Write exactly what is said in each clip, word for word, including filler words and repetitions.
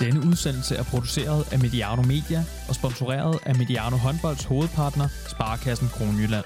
Denne udsendelse er produceret af Mediano Media og sponsoreret af Mediano Håndbolds hovedpartner, Sparekassen Kronjylland.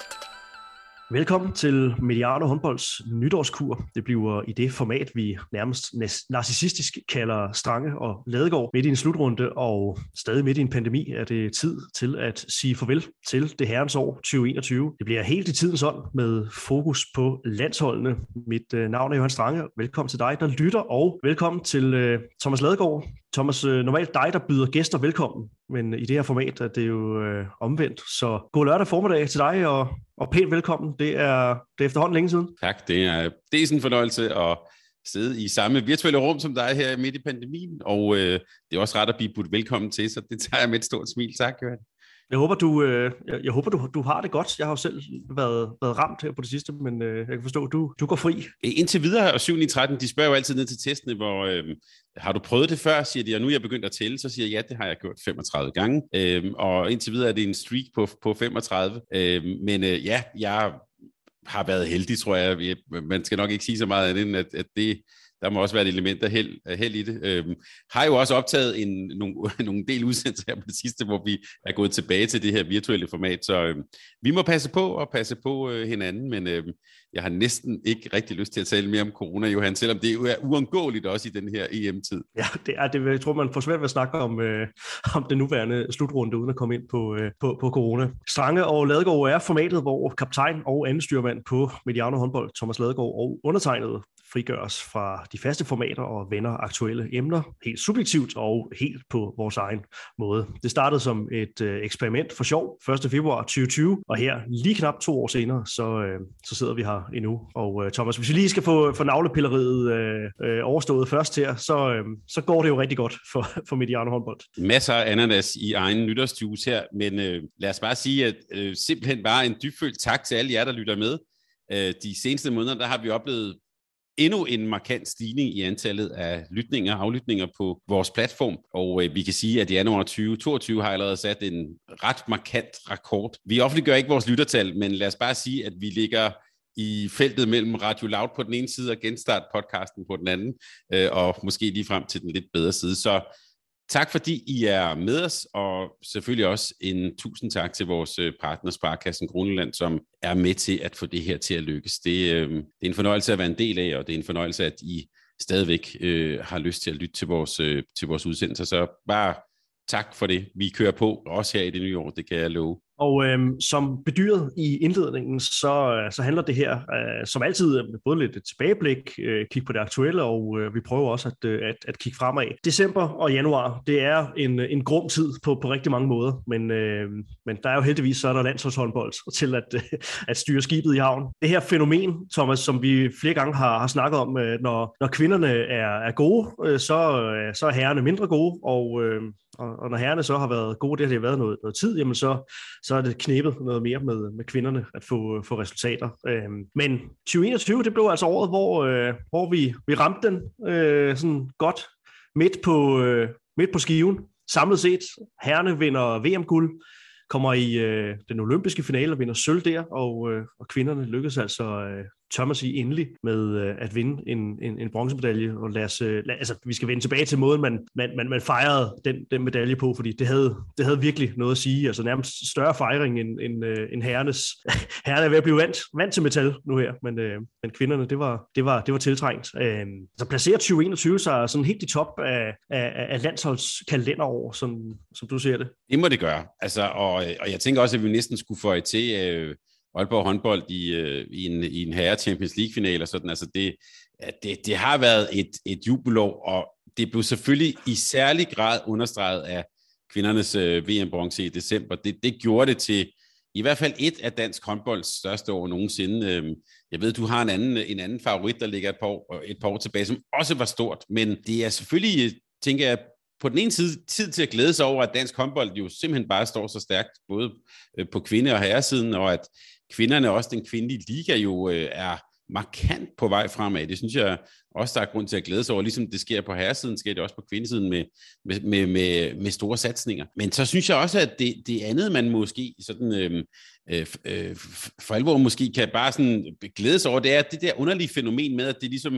Velkommen til Mediano Håndbolds nytårskur. Det bliver i det format, vi nærmest narcissistisk kalder Strange og Ladegaard. Midt i en slutrunde og stadig midt i en pandemi er det tid til at sige farvel til det herrens år tyve enogtyve. Det bliver helt i tidens ånd med fokus på landsholdene. Mit navn er Johan Strange. Velkommen til dig, der lytter, og velkommen til Thomas Ladegaard. Thomas, normalt dig, der byder gæster velkommen, men i det her format er det jo øh, omvendt. Så god lørdag formiddag til dig, og, og pænt velkommen. Det er, det er efterhånden længe siden. Tak, det er, det er sådan en fornøjelse at sidde i samme virtuelle rum som dig her midt i pandemien, og øh, det er også ret at blive budt velkommen til, så det tager jeg med et stort smil. Tak, Johan. Jeg håber, du, øh, jeg, jeg håber du, du har det godt. Jeg har jo selv været, været ramt her på det sidste, men øh, jeg kan forstå, at du, du går fri. Indtil videre, og syv ni tretten, de spørger jo altid ned til testene, hvor øh, har du prøvet det før, siger de, og nu er jeg begyndt at tælle, så siger jeg, ja, det har jeg gjort femogtredive gange, øh, og indtil videre er det en streak på, på femogtredive, øh, men øh, ja, jeg har været heldig, tror jeg. Man skal nok ikke sige så meget af det, at, at det... Der må også være et element af held, af held i det. Øhm, har jo også optaget en, nogle, nogle del udsendelser her på det sidste, hvor vi er gået tilbage til det her virtuelle format. Så øhm, vi må passe på og passe på øh, hinanden, men øhm, jeg har næsten ikke rigtig lyst til at tale mere om corona, Johan, selvom det jo er uundgåeligt også i den her E M-tid. Ja, det er det. Jeg tror, man får svært ved at snakke om, øh, om den nuværende slutrunde, uden at komme ind på, øh, på, på corona. Strange og Ladegaard er formatet, hvor kaptajn og anden styrmand på Mediano Håndbold, Thomas Ladegaard, og undertegnet frigøres fra de faste formater og vender aktuelle emner, helt subjektivt og helt på vores egen måde. Det startede som et øh, eksperiment for sjov første februar tyve tyve, og her lige knap to år senere, så, øh, så sidder vi her endnu. Og øh, Thomas, hvis vi lige skal få, få navlepilleriet øh, øh, overstået først her, så, øh, så går det jo rigtig godt for, for Mediano Håndbold. Masser af ananas i egen nytårsjuice her, men øh, lad os bare sige, at øh, simpelthen bare en dybfølt tak til alle jer, der lytter med. Øh, de seneste måneder, der har vi oplevet endnu en markant stigning i antallet af lytninger, aflytninger på vores platform, og øh, vi kan sige, at i januar tyve toogtyve har allerede sat en ret markant rekord. Vi offentliggør ikke vores lyttertal, men lad os bare sige, at vi ligger i feltet mellem Radio Loud på den ene side og Genstart podcasten på den anden, øh, og måske lige frem til den lidt bedre side. Så tak fordi I er med os, og selvfølgelig også en tusind tak til vores partner Sparekassen Kronjylland, som er med til at få det her til at lykkes. Det, øh, det er en fornøjelse at være en del af, og det er en fornøjelse, at I stadigvæk øh, har lyst til at lytte til vores, øh, til vores udsendelser. Så bare tak for det. Vi kører på, også her i det nye år, det kan jeg love. Og øhm, som bedyret i indledningen, så, så handler det her øh, som altid både lidt et tilbageblik, øh, kigge på det aktuelle, og øh, vi prøver også at, øh, at, at kigge fremad. December og januar, det er en, en grum tid på, på rigtig mange måder, men, øh, men der er jo heldigvis så er der landsholdshåndbold til at, øh, at styre skibet i havn. Det her fænomen, Thomas, som vi flere gange har, har snakket om, øh, når, når kvinderne er, er gode, øh, så, øh, så er herrerne mindre gode, og, øh, og, og når herrerne så har været gode, det har det været noget, noget tid, jamen så så er det knebet noget mere med, med kvinderne at få, få resultater. Øhm, men tyve enogtyve, det blev altså året, hvor, øh, hvor vi, vi ramte den øh, sådan godt midt på, øh, midt på skiven. Samlet set, herrerne vinder V M-guld, kommer i øh, den olympiske finale og vinder sølv der, og, øh, og kvinderne lykkedes altså, øh, tør man sige, endelig med øh, at vinde en, en, en bronzemedalje. Og lad os, øh, lad, altså, vi skal vende tilbage til måden, man, man, man, man fejrede den, den medalje på, fordi det havde, det havde virkelig noget at sige. Altså nærmest større fejring end, end, øh, end herrenes. Herrerne er ved at blive vant, vant til metal nu her, men, øh, men kvinderne, det var, det var, det var tiltrængt. Øh, så placerer tyve enogtyve sig sådan helt i top af, af, af landsholdskalenderår, som, som du ser det. Det må det gøre. Altså, og, og jeg tænker også, at vi næsten skulle få et til... Øh Aalborg håndbold i, øh, i en, i en herre Champions League-final og sådan. Altså det, det, det har været et, et jubelår, og det blev selvfølgelig i særlig grad understreget af kvindernes øh, V M-bronze i december. Det, det gjorde det til i hvert fald et af dansk håndbolds største år nogensinde. Jeg ved, du har en anden, en anden favorit, der ligger et par, år, et par år tilbage, som også var stort, men det er selvfølgelig, tænker jeg, på den ene side tid til at glæde sig over, at dansk håndbold jo simpelthen bare står så stærkt, både på kvinde- og herresiden, og at kvinderne, også den kvindelige liga, jo er markant på vej fremad. Det synes jeg også, der er grund til at glæde sig over. Ligesom det sker på herresiden, sker det også på kvindesiden med, med, med, med store satsninger. Men så synes jeg også, at det, det andet, man måske sådan, øh, øh, for alvor måske kan bare sådan glæde sig over, det er det der underlige fænomen med, at det ligesom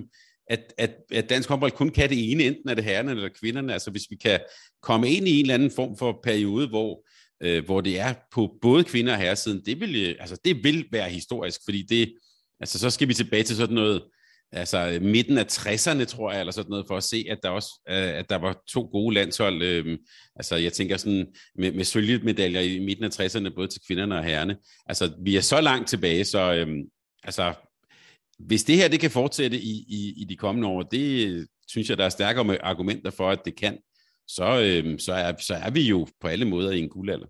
at, at, at dansk håndbold kun kan det ene, enten er det herrerne eller kvinderne. Altså hvis vi kan komme ind i en eller anden form for periode, hvor, øh, hvor det er på både kvinder- og herresiden, det vil, altså, det vil være historisk, fordi det, altså, så skal vi tilbage til sådan noget, altså midten af tresserne, tror jeg, eller sådan noget, for at se, at der også at der var to gode landshold. Øh, altså jeg tænker sådan med, med sølvmedaljer i midten af tresserne, både til kvinderne og herrerne. Altså vi er så langt tilbage, så øh, altså hvis det her det kan fortsætte i, i, i de kommende år, det synes jeg, der er stærkere argumenter for, at det kan, så, øh, så, er, så er vi jo på alle måder i en guldalder.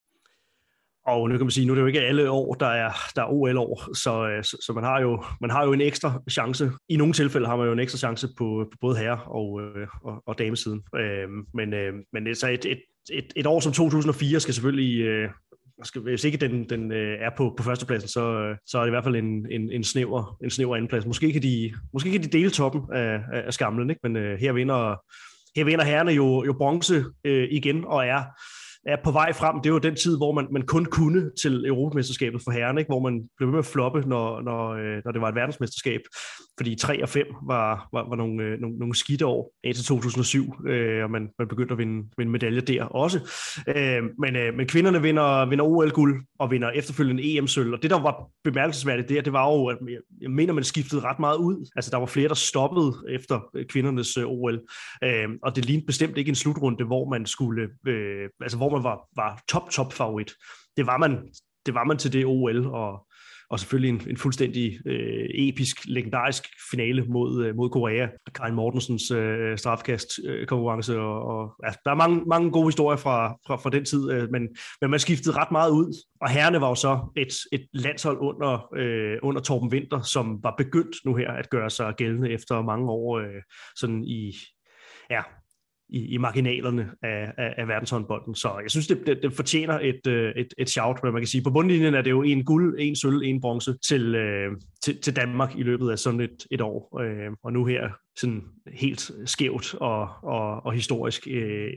Og nu kan man sige, nu er det jo ikke alle år, der er, der er O L-år, så, så, så man, har jo, man har jo en ekstra chance. I nogle tilfælde har man jo en ekstra chance på, på både herre- og, og, og damesiden. Øh, men men så et, et, et, et år som to tusind og fire skal selvfølgelig, øh, skal, hvis ikke den, den er på, på førstepladsen, så, så er det i hvert fald en, en, en, snæver, en snæver andenplads. Måske kan de, måske kan de dele toppen af, af skamlen, ikke? Men øh, her vinder, her vinder herrerne jo, jo bronze øh, igen, og er er på vej frem. Det er jo den tid, hvor man, man kun kunne til Europamesterskabet for herrerne, ikke? Hvor man blev ved med at floppe, når, når, når det var et verdensmesterskab. Fordi tre og fem var, var, var nogle, nogle, nogle skidte år indtil to tusind og syv, øh, og man, man begyndte at vinde, vinde medaljer der også. Øh, men, øh, men kvinderne vinder, vinder O L-guld og vinder efterfølgende E M-sølv. Og det, der var bemærkelsesværdigt der, det var jo, at jeg mener, man skiftede ret meget ud. Altså, der var flere, der stoppede efter kvindernes øh, O L. Øh, og det lignede bestemt ikke en slutrunde, hvor man skulle, øh, altså hvor man var, var top, top favorit. Det var man, det var man til det O L, og, og selvfølgelig en, en fuldstændig øh, episk, legendarisk finale mod, øh, mod Korea. Karin Mortensens øh, strafkast-konkurrence, øh, og, og altså, der er mange, mange gode historier fra, fra, fra den tid, øh, men, men man skiftede ret meget ud, og herrerne var jo så et, et landshold under, øh, under Torben Winther, som var begyndt nu her at gøre sig gældende efter mange år øh, sådan i, ja, I, i marginalerne af, af, af verdenshåndbolden. Så jeg synes, det, det, det fortjener et, et, et shout, hvad man kan sige. På bundlinjen er det jo en guld, en sølv, en bronze til, til, til Danmark i løbet af sådan et, et år. Og nu her sådan helt skævt og, og, og historisk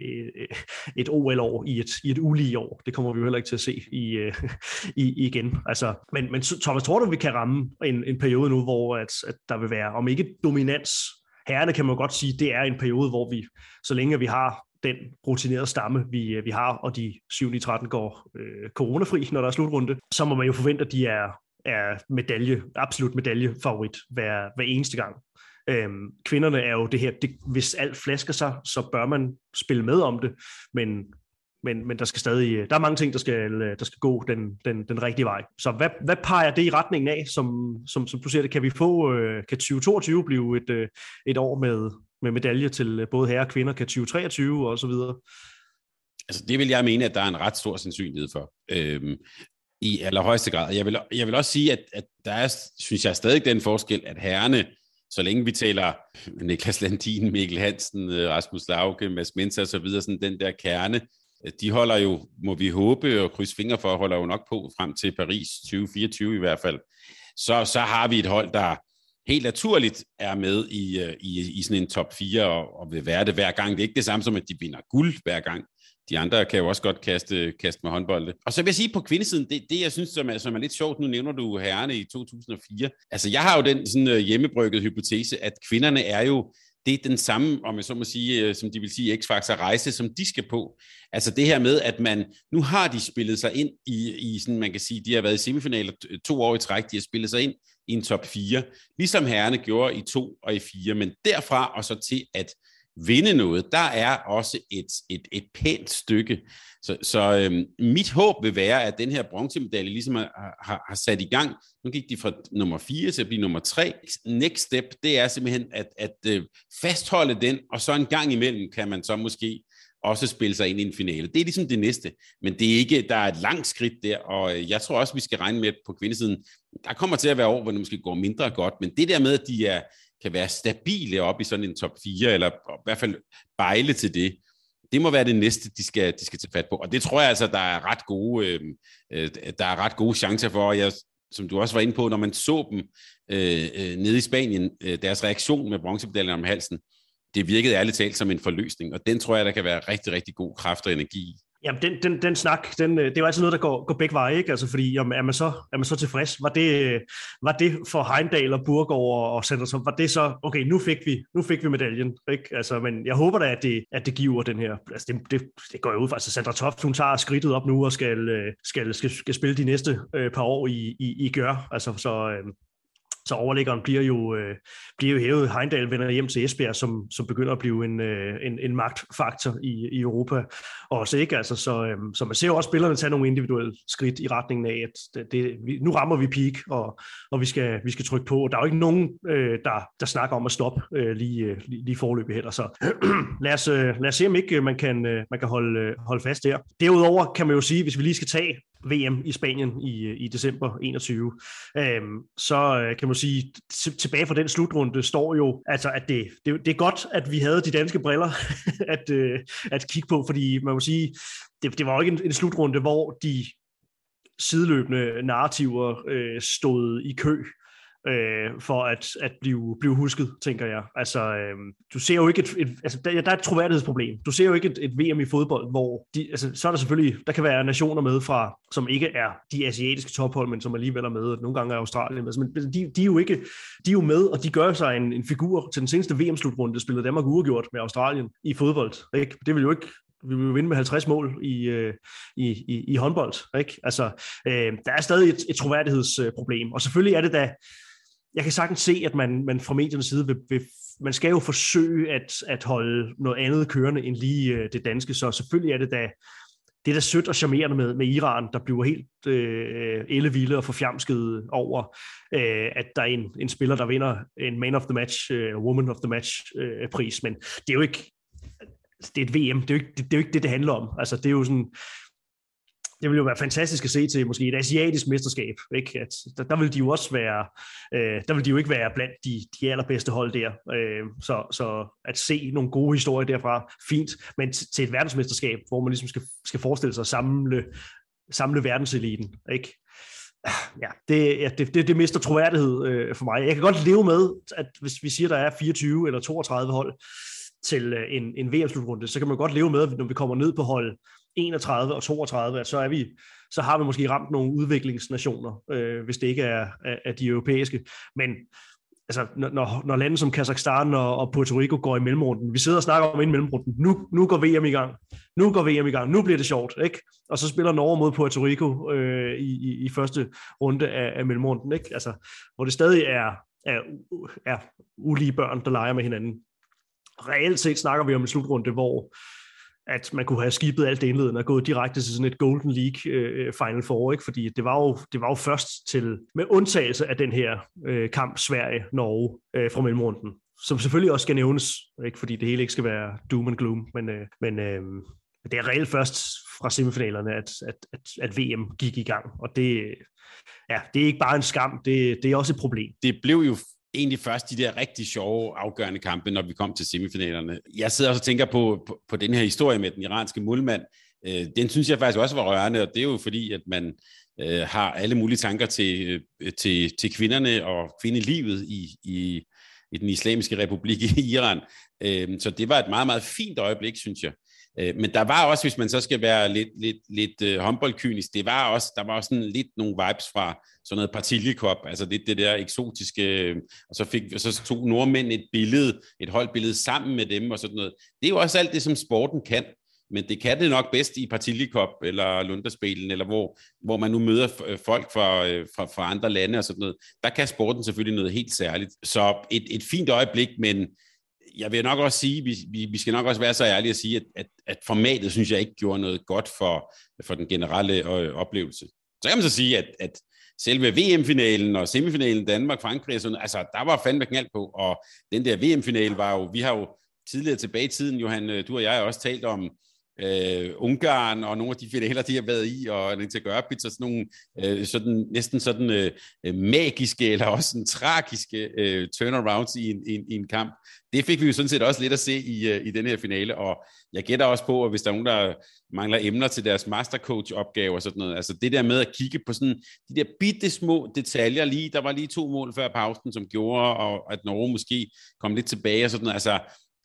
et O L-år i et, i et ulige år. Det kommer vi jo heller ikke til at se i, i, igen. Altså, men, men Thomas, tror du, vi kan ramme en, en periode nu, hvor at, at der vil være, om ikke dominans. Herrerne kan man godt sige, det er en periode, hvor vi, så længe vi har den rutinerede stamme, vi, vi har, og de syv ni tretten går øh, coronafri, når der er slutrunde, så må man jo forvente, at de er, er medalje, absolut medaljefavorit hver, hver eneste gang. Øhm, kvinderne er jo det her, det, hvis alt flasker sig, så bør man spille med om det, men Men, men der skal stadig, der er mange ting, der skal, der skal gå den, den, den rigtige vej. Så hvad, hvad peger det i retningen af, som, som, som du ser det? Kan vi få, kan tyve toogtyve blive et, et år med, med medalje til både herrer og kvinder? Kan tyve treogtyve og så videre? Altså det vil jeg mene, at der er en ret stor sandsynlighed for. Øhm, I allerhøjeste grad. Jeg vil, jeg vil også sige, at, at der er, synes jeg, stadig den forskel, at herrerne, så længe vi taler Niklas Landin, Mikkel Hansen, Rasmus Lauke, Mads Mensah og så videre, sådan den der kerne, de holder jo, må vi håbe og krydse fingre for, holder jo nok på frem til Paris tyve fireogtyve i hvert fald. Så, så har vi et hold, der helt naturligt er med i, i, i sådan en top fire og, og vil være det hver gang. Det er ikke det samme som, at de vinder guld hver gang. De andre kan jo også godt kaste, kaste med håndbolde. Og så vil jeg sige på kvindesiden, det, det jeg synes, som er, som er lidt sjovt, nu nævner du herrerne i to tusind og fire. Altså jeg har jo den sådan hjemmebrygget hypotese, at kvinderne er jo det er den samme, om jeg så må sige, som de vil sige, X-Factor rejse, som de skal på. Altså det her med, at man, nu har de spillet sig ind i, i sådan, man kan sige, de har været i semifinaler to år i træk, de har spillet sig ind i en top fire, ligesom herrerne gjorde i to og i fire, men derfra og så til at vinde noget, der er også et, et, et pænt stykke. Så, så øhm, mit håb vil være, at den her bronzemedalje ligesom har, har, har sat i gang. Nu gik de fra nummer fire til at blive nummer tre. Next step, det er simpelthen at, at øh, fastholde den, og så en gang imellem kan man så måske også spille sig ind i en finale. Det er ligesom det næste, men det er ikke, der er et langt skridt der, og jeg tror også, vi skal regne med på kvindesiden, der kommer til at være år, hvor det måske går mindre godt, men det der med, at de er, kan være stabile op i sådan en top fire, eller i hvert fald bejle til det, det må være det næste, de skal, de skal tage fat på. Og det tror jeg altså, der er ret gode, øh, der er ret gode chancer for. Jeg, som du også var inde på, når man så dem øh, nede i Spanien, øh, deres reaktion med bronzemedaljen om halsen, det virkede ærligt talt som en forløsning. Og den tror jeg, der kan være rigtig, rigtig god kraft og energi Jamen, den, den, den snak, den, det er jo altid noget, der går, går begge veje, ikke? Altså, fordi om, er, man så, er man så tilfreds? Var det, var det for Heimdall og Burgård og Sanderson, var det så, okay, nu fik vi, nu fik vi medaljen, ikke? Altså, men jeg håber da, at det, at det giver den her, altså det, det, det går jo ud fra, altså Sandra Toft, hun tager skridtet op nu og skal, skal, skal, skal spille de næste øh, par år i, i, i gør, altså, så... Øh, Så overliggeren bliver jo, øh, bliver jo hævet. Heimdall vender hjem til Esbjerg, som, som begynder at blive en, øh, en, en magtfaktor i, i Europa. Og så ikke, altså, så, øh, så man ser jo også spillerne tage nogle individuelle skridt i retningen af, at det, det, vi, nu rammer vi peak, og, og vi, skal, vi skal trykke på. Der er jo ikke nogen, øh, der, der snakker om at stoppe øh, lige, lige, lige forløbet heller. Så lad, os, øh, lad os se, om ikke man kan, øh, man kan holde, holde fast der. Derudover kan man jo sige, hvis vi lige skal tage V M i Spanien i, i december enogtyve, øhm, så kan man sige, tilbage fra den slutrunde står jo, altså at det, det, det er godt, at vi havde de danske briller at, øh, at kigge på, fordi man må sige, det, det var jo ikke en, en slutrunde, hvor de sideløbende narrativer øh, stod i kø øh, for at, at blive, blive husket, tænker jeg. Altså, øh, du ser jo ikke et, et altså, der, der er et troværdighedsproblem. Du ser jo ikke et, et V M i fodbold, hvor de, altså, så er der selvfølgelig, der kan være nationer med fra, som ikke er de asiatiske tophold, men som alligevel er med. Nogle gange er Australien med. Men de, de er jo ikke, de er jo med, og de gør sig en, en figur til den seneste V M-slutrunde, spillede Danmark uafgjort med Australien i fodbold. Ikke? Det vil jo ikke vi vil jo vinde med halvtreds mål i, i, i, i håndbold. Ikke? Altså, øh, der er stadig et, et troværdighedsproblem, og selvfølgelig er det da, jeg kan sagtens se, at man, man fra mediernes side vil, vil, man skal jo forsøge at, at holde noget andet kørende end lige øh, det danske, så selvfølgelig er det da, det er da sødt og charmerende med, med Iran, der bliver helt øh, ellevilde og forfjamsket over, øh, at der er en, en spiller, der vinder en man of the match, øh, woman of the match øh, pris, men det er jo ikke, det er et V M, det er jo ikke det, det, er jo ikke det, det handler om. Altså, det er jo sådan, det ville jo være fantastisk at se til måske et asiatisk mesterskab, ikke? At der, der vil de jo også være, øh, der vil de jo ikke være blandt de, de allerbedste hold der. Øh, så, så at se nogle gode historier derfra, fint, men t- til et verdensmesterskab, hvor man ligesom skal, skal forestille sig at samle, samle verdenseliten, ikke? Ja, det, ja, det, det, det mister troværdighed øh, for mig. Jeg kan godt leve med, at hvis vi siger, der er fireogtyve eller toogtredive hold til en, en V M-slutrunde, så kan man godt leve med, at når vi kommer ned på hold enogtredive og toogtredive, at så, er vi, så har vi måske ramt nogle udviklingsnationer, øh, hvis det ikke er, er, er de europæiske. Men altså, når, når lande som Kazakhstan og, og Puerto Rico går i mellemrunden, vi sidder og snakker om inden mellemrunden, nu, nu går V M i gang, nu går V M i gang, nu bliver det sjovt, ikke? Og så spiller Norge mod Puerto Rico øh, i, i, i første runde af, af mellemrunden, ikke? Altså, hvor det stadig er, er, er ulige børn, der leger med hinanden. Reelt set snakker vi om en slutrunde, hvor at man kunne have skibet alt det indledende og gået direkte til sådan et Golden League øh, Final Four, ikke? Fordi det var, jo, det var jo først til, med undtagelse af den her øh, kamp Sverige-Norge øh, fra mellemrunden, som selvfølgelig også skal nævnes, ikke? Fordi det hele ikke skal være doom and gloom, men, øh, men øh, det er reelt først fra semifinalerne, at, at, at, at V M gik i gang, og det, ja, det er ikke bare en skam, det, det er også et problem. Det blev jo egentlig først de der rigtig sjove, afgørende kampe, når vi kom til semifinalerne. Jeg sidder også og tænker på, på, på den her historie med den iranske målmand. Øh, den synes jeg faktisk også var rørende, og det er jo fordi, at man øh, har alle mulige tanker til, til, til kvinderne og kvindelivet i, i, i den islamiske republik i Iran. Øh, så det var et meget, meget fint øjeblik, synes jeg. Men der var også, hvis man så skal være lidt, lidt, lidt uh, håndboldkynisk, det var også, der var også sådan lidt nogle vibes fra sådan noget partillikop, altså det, det der eksotiske, og så, fik, så tog nordmænd et billede, et holdbillede sammen med dem og sådan noget. Det er jo også alt det, som sporten kan, men det kan det nok bedst i partillikop eller Lunderspelen, eller hvor, hvor man nu møder folk fra, fra, fra andre lande og sådan noget. Der kan sporten selvfølgelig noget helt særligt. Så et, et fint øjeblik, men jeg vil nok også sige, vi, vi, vi skal nok også være så ærlige at sige, at, at, at formatet, synes jeg, ikke gjorde noget godt for, for den generelle øh, oplevelse. Så kan man så sige, at, at selve V M-finalen og semifinalen Danmark-Frankrig, og sådan, altså, der var fandme knald på, og den der V M-finale var jo, vi har jo tidligere tilbage i tiden, Johan, du og jeg har også talt om øh, Ungarn og nogle af de finaler, de har været i, og til Görpitz og sådan nogle øh, sådan, næsten sådan øh, magiske, eller også sådan tragiske øh, turnarounds i en, i, i en kamp. Det fik vi jo sådan set også lidt at se i, i den her finale, og jeg gætter også på, at hvis der er nogen, der mangler emner til deres mastercoach-opgave og sådan noget, altså det der med at kigge på sådan de der bitte små detaljer lige, der var lige to mål før pausen, som gjorde, og at Norge måske kom lidt tilbage og sådan noget, altså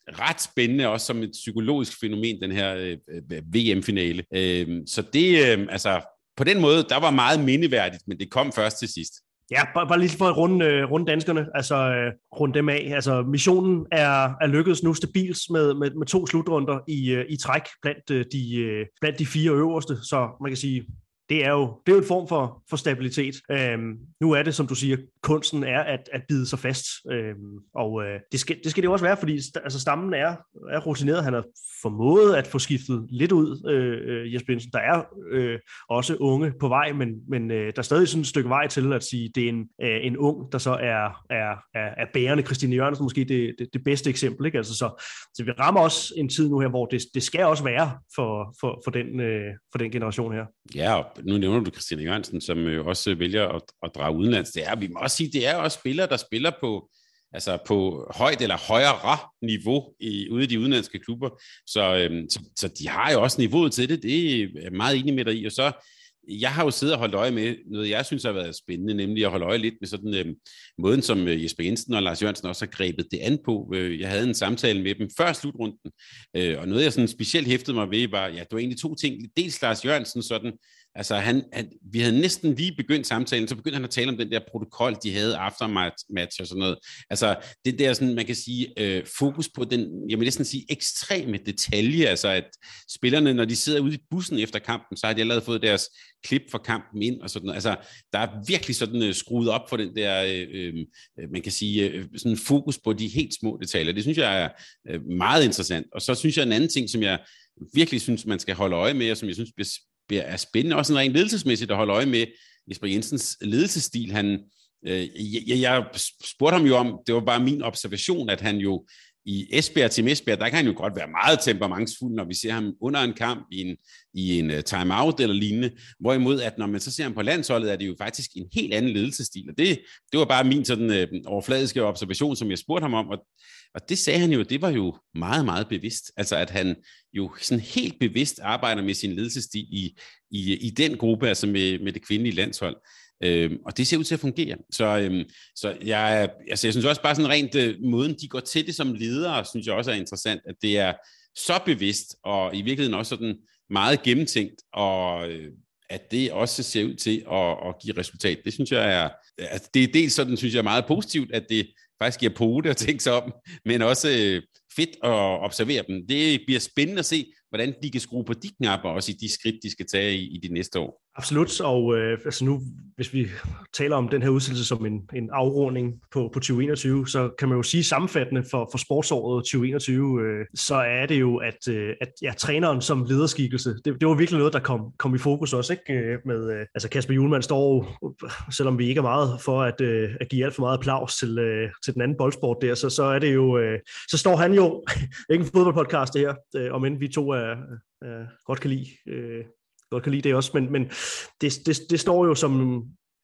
ret spændende, også som et psykologisk fænomen, den her øh, V M-finale. Øh, så det, øh, altså, på den måde, der var meget mindeværdigt, men det kom først til sidst. Ja, bare, bare lige for at runde, øh, runde danskerne, altså øh, runde dem af. Altså missionen er, er lykkedes nu stabilt med, med, med to slutrunder i, øh, i træk blandt, øh, de, øh, blandt de fire øverste, så man kan sige, det er jo, det er jo en form for, for stabilitet. Øhm, nu er det, som du siger, kunsten er at, at bide sig fast, øhm, og øh, det, skal, det skal det jo også være, fordi altså, stammen er, er rutineret. Han har formået at få skiftet lidt ud, øh, Jesper Jensen. Der er øh, også unge på vej, men, men øh, der er stadig sådan et stykke vej til at sige, det er en, øh, en ung, der så er, er, er, er bærende. Christine Jørgensen måske det, det, det bedste eksempel. Ikke? Altså, så, så vi rammer også en tid nu her, hvor det, det skal også være for, for, for, den, øh, for den generation her. Ja, og nu nævner du Christine Jørgensen, som øh, også vælger at, at drage udenlands. Det er, vi må også sige, det er også spillere, der spiller på, altså på højt eller højere niveau i, ude i de udenlandske klubber. Så, øhm, så, så de har jo også niveauet til det. Det er jeg meget enig med dig i. Og så, jeg har jo siddet og holdt øje med noget, jeg synes har været spændende, nemlig at holde øje lidt med sådan øhm, måden, som Jesper Jensen og Lars Jørgensen også har grebet det an på. Jeg havde en samtale med dem før slutrunden, øh, og noget, jeg sådan specielt hæftede mig ved, var, ja, det var egentlig to ting. Dels Lars Jørgensen sådan, altså han, han, vi havde næsten lige begyndt samtalen, så begyndte han at tale om den der protokol, de havde aftermatch og sådan noget. Altså det der sådan, man kan sige, øh, fokus på den, jeg vil næsten sige, ekstreme detalje, altså at spillerne, når de sidder ude i bussen efter kampen, så har de allerede fået deres klip fra kampen ind og sådan noget. Altså der er virkelig sådan øh, skruet op for den der, øh, øh, man kan sige, øh, sådan fokus på de helt små detaljer. Det synes jeg er øh, meget interessant. Og så synes jeg en anden ting, som jeg virkelig synes, man skal holde øje med, og som jeg synes er spændende, også en rent ledelsesmæssigt at holde øje med Jesper Jensens ledelsesstil. Han, øh, jeg, jeg spurgte ham jo om, det var bare min observation, at han jo i Esbjerg til Esbjerg, der kan han jo godt være meget temperamentsfuld, når vi ser ham under en kamp i en, i en timeout eller lignende, hvorimod at når man så ser ham på landsholdet, er det jo faktisk en helt anden ledelsesstil, og det, det var bare min sådan øh, overfladiske observation, som jeg spurgte ham om, og Og det sagde han jo, det var jo meget, meget bevidst. Altså at han jo sådan helt bevidst arbejder med sin ledelsesstil i, i, i den gruppe, altså med, med det kvindelige landshold. Øhm, og det ser ud til at fungere. Så, øhm, så jeg, altså jeg synes også bare sådan rent øh, måden, de går til det som ledere, synes jeg også er interessant, at det er så bevidst, og i virkeligheden også sådan meget gennemtænkt, og øh, at det også ser ud til at, at give resultat. Det synes jeg er, altså det er dels sådan, synes jeg er meget positivt, at det faktisk giver pote at tænke sig om, men også øh, fedt at observere dem. Det bliver spændende at se, hvordan de kan skrue på de knapper, også i de skridt, de skal tage i, i de næste år. Absolut, og øh, altså nu, hvis vi taler om den her udsendelse som en, en afrunding på, på tyve enogtyve, så kan man jo sige sammenfattende for, for sportsåret tyve enogtyve, øh, så er det jo, at, øh, at ja, træneren som lederskikkelse, det, det var virkelig noget, der kom, kom i fokus også, ikke? Med, øh, altså Kasper Hjulmand står, selvom vi ikke er meget for at, øh, at give alt for meget applaus til, øh, til den anden boldsport der, så, så er det jo, øh, så står han jo, ikke en fodboldpodcast det her, øh, om end vi to er, øh, godt kan lide, øh, godt kan lide det også, men, men det, det, det står jo som,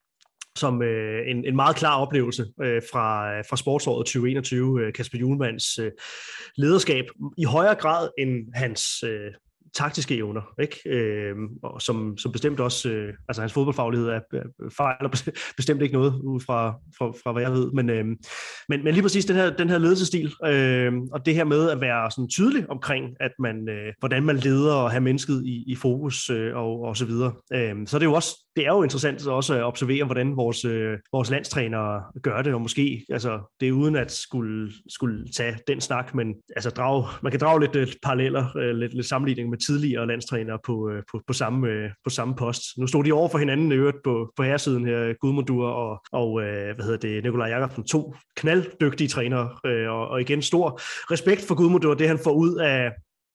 som øh, en, en meget klar oplevelse øh, fra, fra sportsåret tyve enogtyve, øh, Kasper Hjulmands øh, lederskab, i højere grad end hans øh, taktiske evner, ikke? Øh, og som, som bestemt også, øh, altså hans fodboldfaglighed er, fejler bestemt ikke noget ud fra, fra, fra hvad jeg ved, men, øh, men, men lige præcis den her, den her ledelsesstil, øh, og det her med at være sådan tydelig omkring, at man, øh, hvordan man leder og have mennesket i, i fokus øh, og, og så videre. Øh, så det er jo også, det er jo interessant også at observere, hvordan vores, øh, vores landstrænere gør det, og måske, altså det er uden at skulle, skulle tage den snak, men altså drage, man kan drage lidt øh, paralleller, øh, lidt, lidt sammenligning med tidligere landstrænere på, på, på, samme, på samme post. Nu stod de over for hinanden i øvrigt på, på herresiden her, Gudmundur og, og hvad hedder det, Nikolaj Jakobsen, to knalddygtige trænere, og, og igen stor respekt for Gudmundur, det han får ud af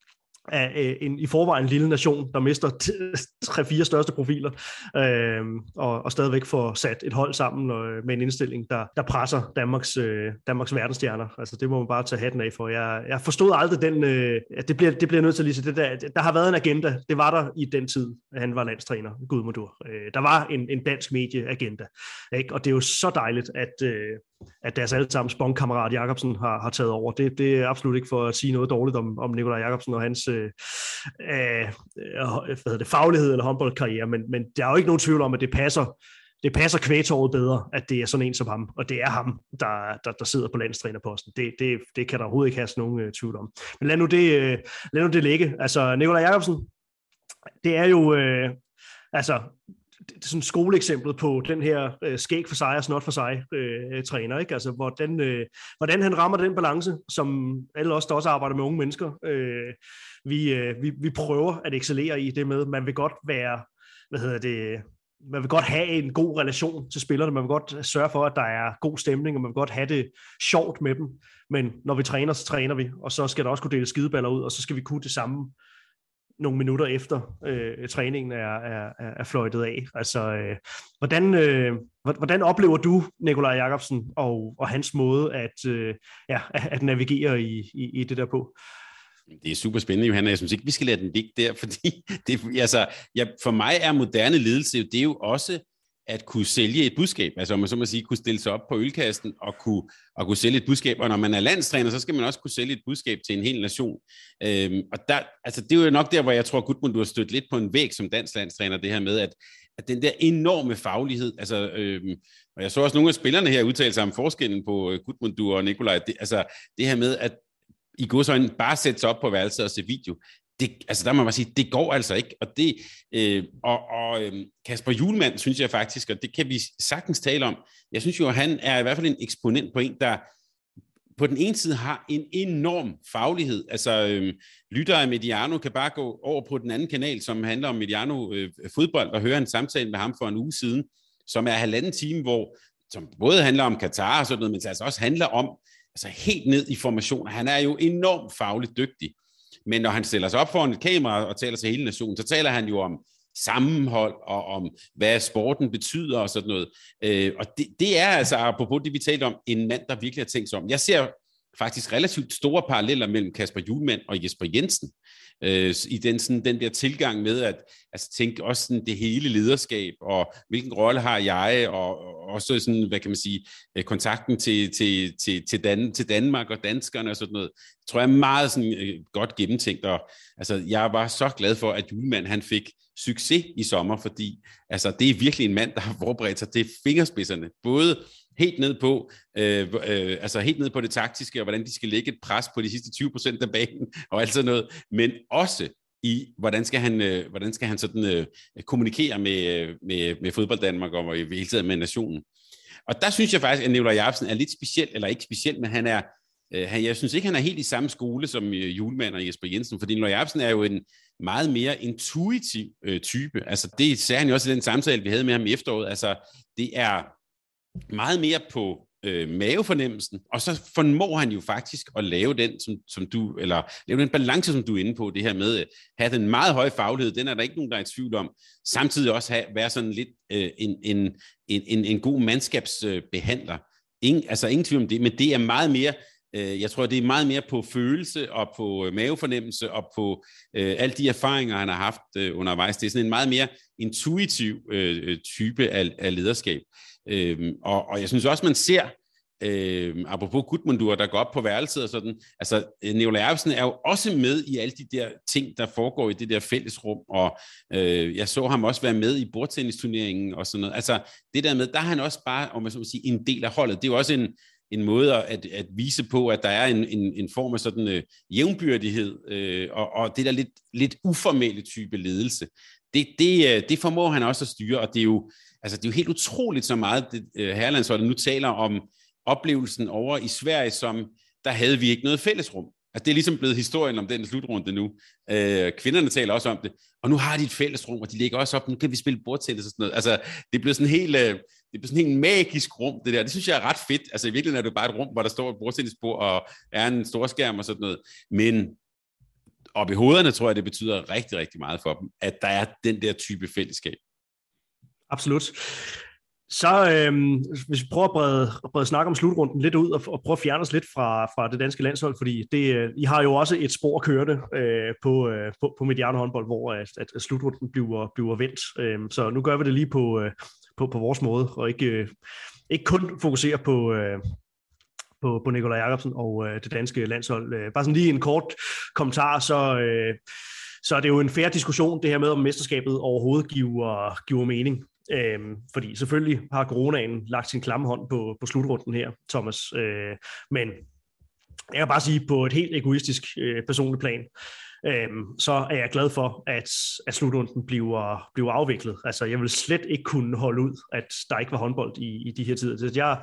af en i forvejen lille nation, der mister tre-fire største profiler, øh, og, og stadigvæk får sat et hold sammen og, med en indstilling, der, der presser Danmarks, øh, Danmarks verdensstjerner. Altså det må man bare tage hatten af for. Jeg, jeg forstod aldrig den, øh, at det bliver, det bliver nødt til lige så det der, der har været en agenda, det var der i den tid, at han var landstræner, Gudmundur. Øh, der var en, en dansk medieagenda, ikke? Og det er jo så dejligt, at øh, at deres allesammen spongkammerat Jakobsen har, har taget over. Det, det er absolut ikke for at sige noget dårligt om, om Nikolaj Jakobsen og hans øh, øh, hvad hedder det, faglighed eller håndboldkarriere, men, men der er jo ikke nogen tvivl om, at det passer det passer kvægtåret bedre, at det er sådan en som ham, og det er ham, der, der, der sidder på landstrænerposten. Det, det, det kan der overhovedet ikke have nogen øh, tvivl om. Men lad nu det, øh, lad nu det ligge. Altså, Nikolaj Jakobsen, det er jo, øh, altså, det er sådan skoleeksemplet på den her øh, skæg for sig og snot for sig øh, træner, ikke? Altså, hvordan, øh, hvordan han rammer den balance, som alle os, der også arbejder med unge mennesker, øh, vi, øh, vi, vi prøver at excellere i det med. Man vil godt være, hvad hedder det, man vil godt have en god relation til spillerne, man vil godt sørge for, at der er god stemning, og man vil godt have det sjovt med dem, men når vi træner, så træner vi, og så skal der også kunne dele skideballer ud, og så skal vi kunne det samme nogle minutter efter øh, træningen er, er, er fløjtet af. Altså, øh, hvordan, øh, hvordan oplever du Nikolaj Jakobsen og, og hans måde at, øh, ja, at navigere i, i, i det der på? Det er super spændende, Johanna. Jeg synes ikke, vi skal lade den ligge der, fordi det, altså, ja, for mig er moderne ledelse, det er jo også at kunne sælge et budskab. Altså om man så må sige, kunne stille sig op på ølkassen og kunne, og kunne sælge et budskab. Og når man er landstræner, så skal man også kunne sælge et budskab til en hel nation. Øhm, og der, altså, det er jo nok der, hvor jeg tror, Gudmund, du har stødt lidt på en væg som dansk landstræner, det her med, at, at den der enorme faglighed, altså, øhm, og jeg så også nogle af spillerne her udtale sig om forskellen på øh, Gudmund, du og Nikolaj, det, altså det her med, at i godsøjne bare sætte sig op på værelset og se video. Det, altså der må man bare sige, det går altså ikke. Og, det, øh, og, og øh, Kasper Hjulmand, synes jeg faktisk, og det kan vi sagtens tale om, jeg synes jo, at han er i hvert fald en eksponent på en, der på den ene side har en enorm faglighed. Altså øh, lyttere af Mediano kan bare gå over på den anden kanal, som handler om Mediano øh, fodbold, og høre en samtale med ham for en uge siden, som er halvanden time, hvor som både handler om Katar og sådan noget, men altså også handler om altså helt ned i formationer. Han er jo enormt fagligt dygtig. Men når han stiller sig op foran et kamera og taler til hele nationen, så taler han jo om sammenhold og om, hvad sporten betyder og sådan noget. Øh, og det, det er altså, apropos det, vi talte om, en mand, der virkelig har tænkt sig om. Jeg ser faktisk relativt store paralleller mellem Kasper Hjulmand og Jesper Jensen, øh, i den, sådan, den der tilgang med at altså, tænke også sådan, det hele lederskab, og hvilken rolle har jeg, og, og også sådan, hvad kan man sige, øh, kontakten til, til, til, til, Dan, til Danmark og danskerne og sådan noget, tror jeg er meget sådan, øh, godt gennemtænkt, og altså, jeg var så glad for, at Hjulmand, han fik succes i sommer, fordi altså, det er virkelig en mand, der har forberedt sig til fingerspidserne, både helt ned på, øh, øh, altså helt ned på det taktiske, og hvordan de skal lægge et pres på de sidste tyve procent af banen, og alt sådan noget, men også i, hvordan skal han, øh, hvordan skal han sådan, øh, kommunikere med, med, med fodbold Danmark, og i hele tiden med nationen. Og der synes jeg faktisk, at Nikolaj Jakobsen er lidt speciel, eller ikke speciel, men han er, øh, han, jeg synes ikke, han er helt i samme skole som øh, Hjulmand og Jesper Jensen, fordi Nikolaj Jakobsen er jo en meget mere intuitiv øh, type. Altså det sagde han jo også i den samtale, vi havde med ham i efteråret. Altså det er meget mere på øh, mavefornemmelsen, og så formår han jo faktisk at lave den, som, som du, eller lave den balance, som du er inde på, det her med at have den meget høje faglighed, den er der ikke nogen, der er i tvivl om. Samtidig også have, være sådan lidt øh, en, en, en, en god mandskabsbehandler. Ingen, altså ingen tvivl om det, men det er meget mere, øh, jeg tror, det er meget mere på følelse og på mavefornemmelse og på øh, alle de erfaringer, han har haft øh, undervejs. Det er sådan en meget mere intuitiv øh, type af, af lederskab. Øhm, og, og jeg synes også, man ser, øhm, apropos Gudmundur, der går op på værelset og sådan, altså Nikolaj Jakobsen er jo også med i alle de der ting, der foregår i det der fællesrum, og øh, jeg så ham også være med i bordtennisturneringen og sådan noget. Altså det der med, der er han også bare, om man så må sige, en del af holdet. Det er jo også en, en måde at, at vise på, at der er en, en, en form af sådan øh, jævnbyrdighed, øh, og, og det der lidt, lidt uformelle type ledelse. Det, det, det formår han også at styre, og det er jo Altså, det er jo helt utroligt så meget, det uh, herrelandsholdet nu taler om oplevelsen over i Sverige, som der havde vi ikke noget fællesrum. Altså, det er ligesom blevet historien om den slutrunde nu. Uh, kvinderne taler også om det, og nu har de et fællesrum, og de ligger også op, nu kan vi spille bordtennis og sådan noget. Altså, det er blevet sådan helt, uh, det er blevet sådan helt magisk rum, det der. Det synes jeg er ret fedt. Altså, i virkeligheden er det bare et rum, hvor der står et bordtennisbord og er en stor skærm og sådan noget. Men op i hovederne tror jeg, det betyder rigtig, rigtig meget for dem, at der er den der type fællesskab. Absolut. Så øhm, hvis vi prøver at brede, brede snak om slutrunden lidt ud, og, og prøve at fjerne os lidt fra, fra det danske landshold, fordi det, I har jo også et spor kørende øh, på, øh, på, på Mediano håndbold, hvor at, at slutrunden bliver, bliver vendt. Øhm, så nu gør vi det lige på, øh, på, på vores måde, og ikke, øh, ikke kun fokusere på... Øh, på, på Nikolaj Jakobsen og øh, det danske landshold. Øh, bare sådan lige en kort kommentar, så... Øh, Så er det jo en fair diskussion, det her med, om mesterskabet overhovedet giver, giver mening. Øhm, fordi selvfølgelig har coronaen lagt sin klamme hånd på, på slutrunden her, Thomas. Øh, men jeg kan bare sige, på et helt egoistisk øh, personligt plan, øhm, så er jeg glad for, at, at slutrunden bliver, bliver afviklet. Altså, jeg vil slet ikke kunne holde ud, at der ikke var håndbold i, i de her tider. Så jeg,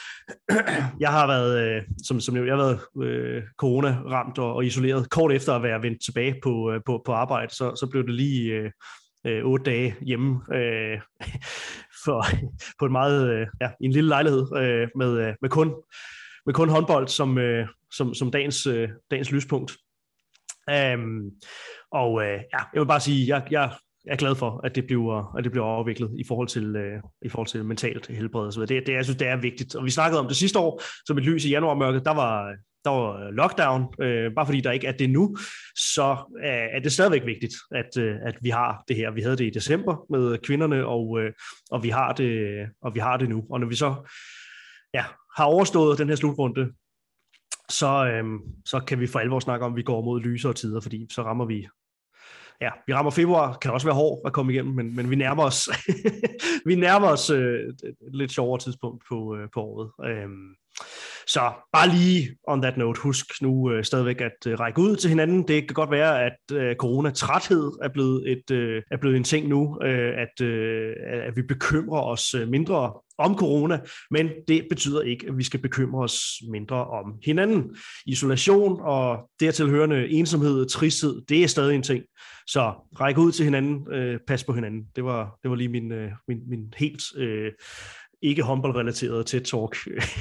jeg har været, øh, som, som jeg, jeg har været øh, corona-ramt og, og isoleret kort efter at være vendt tilbage på, øh, på, på arbejde, så, så blev det lige øh, øh, otte dage hjemme øh, for, på en meget, øh, ja, i en lille lejlighed øh, med, øh, med kun med kun håndbold som, øh, som, som dagens, øh, dagens lyspunkt. Um, og øh, ja, jeg vil bare sige, jeg, jeg, jeg er glad for, at det bliver, at det bliver overviklet i forhold til, øh, i forhold til mentalt helbred. Så det, det, jeg synes, det er vigtigt. Og vi snakkede om det sidste år, som et lys i januarmørket, der var, der var lockdown. Øh, bare fordi der ikke er det nu, så øh, er det stadigvæk vigtigt, at, øh, at vi har det her. Vi havde det i december med kvinderne, og, øh, og, vi har det, og vi har det nu. Og når vi så ja, har overstået den her slutrunde, så, øhm, så kan vi for alvor snakke om, at vi går mod lysere tider, fordi så rammer vi, ja, vi rammer februar, kan også være hård at komme igennem, men, men vi nærmer os, vi nærmer os øh, et lidt sjovere tidspunkt på, øh, på året. Øhm, så bare lige on that note, husk nu øh, stadigvæk at øh, række ud til hinanden. Det kan godt være, at øh, coronatræthed er blevet, et, øh, er blevet en ting nu, øh, at, øh, at vi bekymrer os mindre om corona, men det betyder ikke, at vi skal bekymre os mindre om hinanden. Isolation og dertilhørende ensomhed og tristhed, det er stadig en ting. Så ræk ud til hinanden, øh, pas på hinanden. Det var, det var lige min, øh, min, min helt øh, ikke håndboldrelateret TED-talk,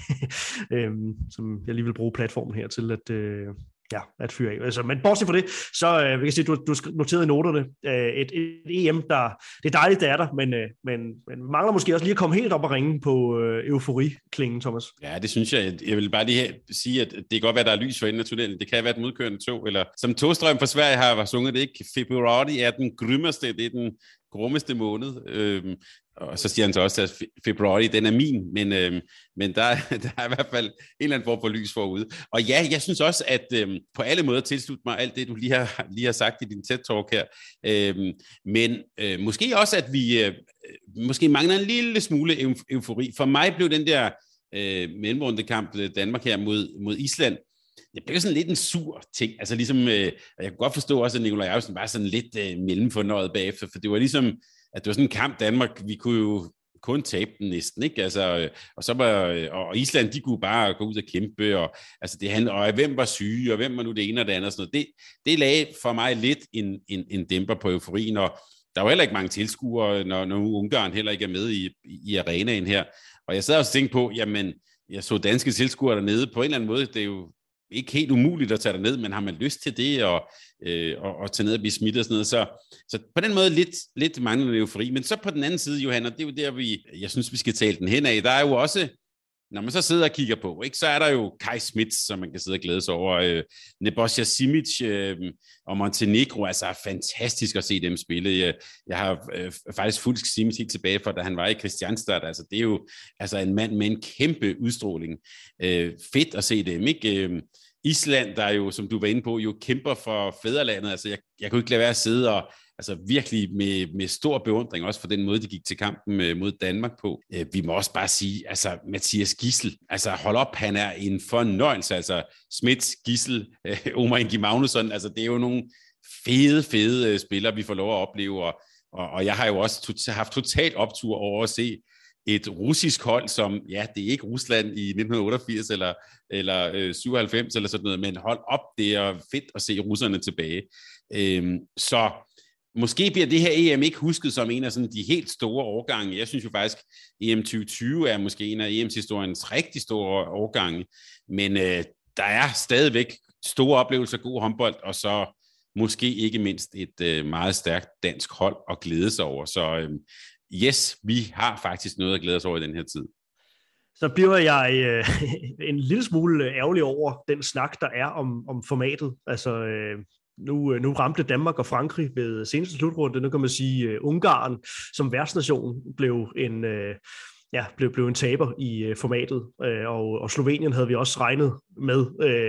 øhm, som jeg lige vil bruge platformen her til at, øh, ja, at fyre af. Altså, men bortset fra det, så øh, vi kan sige, du, du noteret i noterne øh, et, et E M, der, det er dejligt, det er der, men, øh, men, men vi mangler måske også lige at komme helt op og ringe på øh, euforiklingen, Thomas. Ja, det synes jeg. Jeg vil bare lige sige, at det kan godt være, der er lys for enden af tunnelen. Det kan være et modkørende tog, eller som Togstrøm fra Sverige har var sunget det ikke. Februari er den grymmerste, det er den grummeste måned. Øhm, og så siger han så også, at februari, den er min, men, øhm, men der, der er i hvert fald en eller anden form for lys forude. Og ja, jeg synes også, at øhm, på alle måder tilslutte mig alt det, du lige har, lige har sagt i din TED-talk her. Øhm, men øh, måske også, at vi øh, måske mangler en lille smule eufori. For mig blev den der øh, mellemrundekamp Danmark her mod, mod Island, det blev sådan lidt en sur ting. Altså ligesom, øh, jeg kunne godt forstå også, at Nikolaj Jacobsen var sådan lidt øh, mellemfornøjet bagefter, for det var ligesom, at det var sådan en kamp Danmark, vi kunne jo kun tabe den næsten, ikke? Altså, øh, og så var, øh, og Island, de kunne bare gå ud og kæmpe, og altså det handler, og hvem var syge, og hvem var nu det ene og det andet, og sådan noget. Det, det lagde for mig lidt en, en, en dæmper på euforien, og der var heller ikke mange tilskuere, når, når Ungarn heller ikke er med i, i arenaen her. Og jeg sad også og tænkte på, jamen, jeg så danske tilskuere dernede, på en eller anden måde, det er jo ikke helt umuligt at tage dig ned, men har man lyst til det, og, øh, og, og tage ned og blive smittet og sådan noget, så, så på den måde lidt, lidt manglende eufori, men så på den anden side, Johan, og det er jo der, vi, jeg synes, vi skal tale den hen af, der er jo også, når man så sidder og kigger på, ikke, så er der jo Kai Smits, som man kan sidde og glæde sig over, øh, Nebojša Simić øh, og Montenegro, altså fantastisk at se dem spille. Jeg, jeg har øh, faktisk fulgt Simić helt tilbage fra, da han var i Kristianstad, altså det er jo altså en mand med en kæmpe udstråling. Øh, fedt at se dem, ikke? Øh, Island, der jo, som du var inde på, jo kæmper for fædrelandet, altså jeg, jeg kunne ikke lade være at sidde og altså virkelig med, med stor beundring, også for den måde, de gik til kampen mod Danmark på. Vi må også bare sige, altså Mathias Gidsel, altså hold op, han er en fornøjelse, altså Smits, Gidsel, Omar Ingi Magnusson, altså det er jo nogle fede, fede spillere, vi får lov at opleve, og, og, og jeg har jo også tot, haft totalt optur over at se et russisk hold, som, ja, det er ikke Rusland i nitten otteogfirs eller, eller øh, syvoghalvfems eller sådan noget, men hold op, det er fedt at se russerne tilbage. Øhm, så måske bliver det her E M ikke husket som en af sådan de helt store årgange. Jeg synes jo faktisk, E M tyve tyve er måske en af E M's historiens rigtig store årgange, men øh, der er stadigvæk store oplevelser, god håndbold, og så måske ikke mindst et øh, meget stærkt dansk hold at glæde sig over. Så øh, yes, vi har faktisk noget at glæde os over i den her tid. Så bliver jeg øh, en lille smule ærgerlig over den snak, der er om, om formatet. Altså, øh, nu, nu ramte Danmark og Frankrig ved seneste slutrunde. Nu kan man sige, at uh, Ungarn som værtsnation blev en, uh, ja, blev, blev en taber i uh, formatet. Uh, og, og Slovenien havde vi også regnet med uh,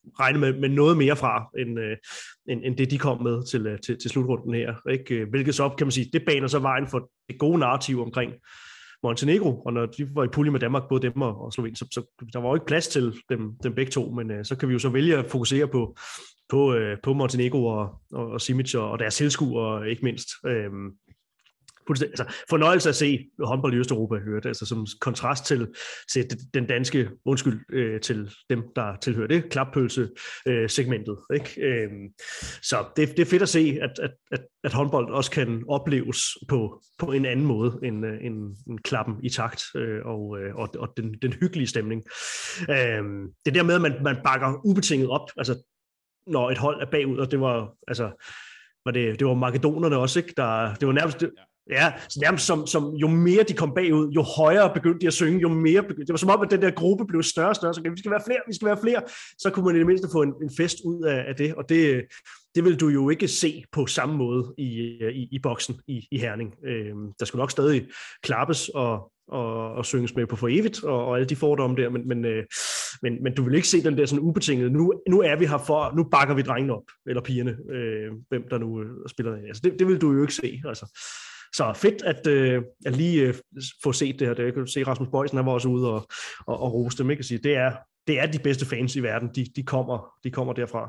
regne med, med noget mere fra, end, øh, end, end det, de kom med til, til, til slutrunden her. Ikke? Hvilket så, kan man sige, det baner så vejen for det gode narrativ omkring Montenegro, og når de var i pulje med Danmark, både dem og Slovenien, så, så der var jo ikke plads til dem, dem begge to, men øh, så kan vi jo så vælge at fokusere på, på, øh, på Montenegro og, og, og Simic og, og deres tilskuere, ikke mindst. Øhm, altså, fornøjelse at se håndbold i Østeuropa, hørt, altså som kontrast til, til den danske, undskyld, øh, til dem, der tilhører det, klappølse-segmentet. Øh, ikke? Øhm, så det, det er fedt at se, at, at, at, at håndbold også kan opleves på, på en anden måde end, end, end klappen i takt øh, og, og, og den, den hyggelige stemning. Øhm, det der med, at man, man bakker ubetinget op, altså når et hold er bagud, og det var, altså, var det, det var makedonerne også, ikke? Der, det var nærmest... Det, Ja, så nærmest som, som jo mere de kom bagud, jo højere begyndte de at synge, jo mere begyndte. Det var som om, at den der gruppe blev større og større, så okay, vi skal være flere, vi skal være flere, så kunne man i det mindste få en, en fest ud af, af det, og det, det vil du jo ikke se på samme måde i, i, i boksen i, i Herning. Øhm, der skulle nok stadig klappes og, og, og synges med på for evigt, og, og alle de fordomme der, men, men, øh, men, men du vil ikke se den der sådan ubetingede, nu, nu er vi her for, nu bakker vi drengene op, eller pigerne, øh, hvem der nu øh, spiller. Altså, det, det vil du jo ikke se, altså. Så fedt at, øh, at lige øh, få set det her. Det kan du se, Rasmus Bøjsen, han var også ude og, og, og rose dem. Ikke? Sige, det, er, det er de bedste fans i verden. De, de, kommer, de kommer derfra.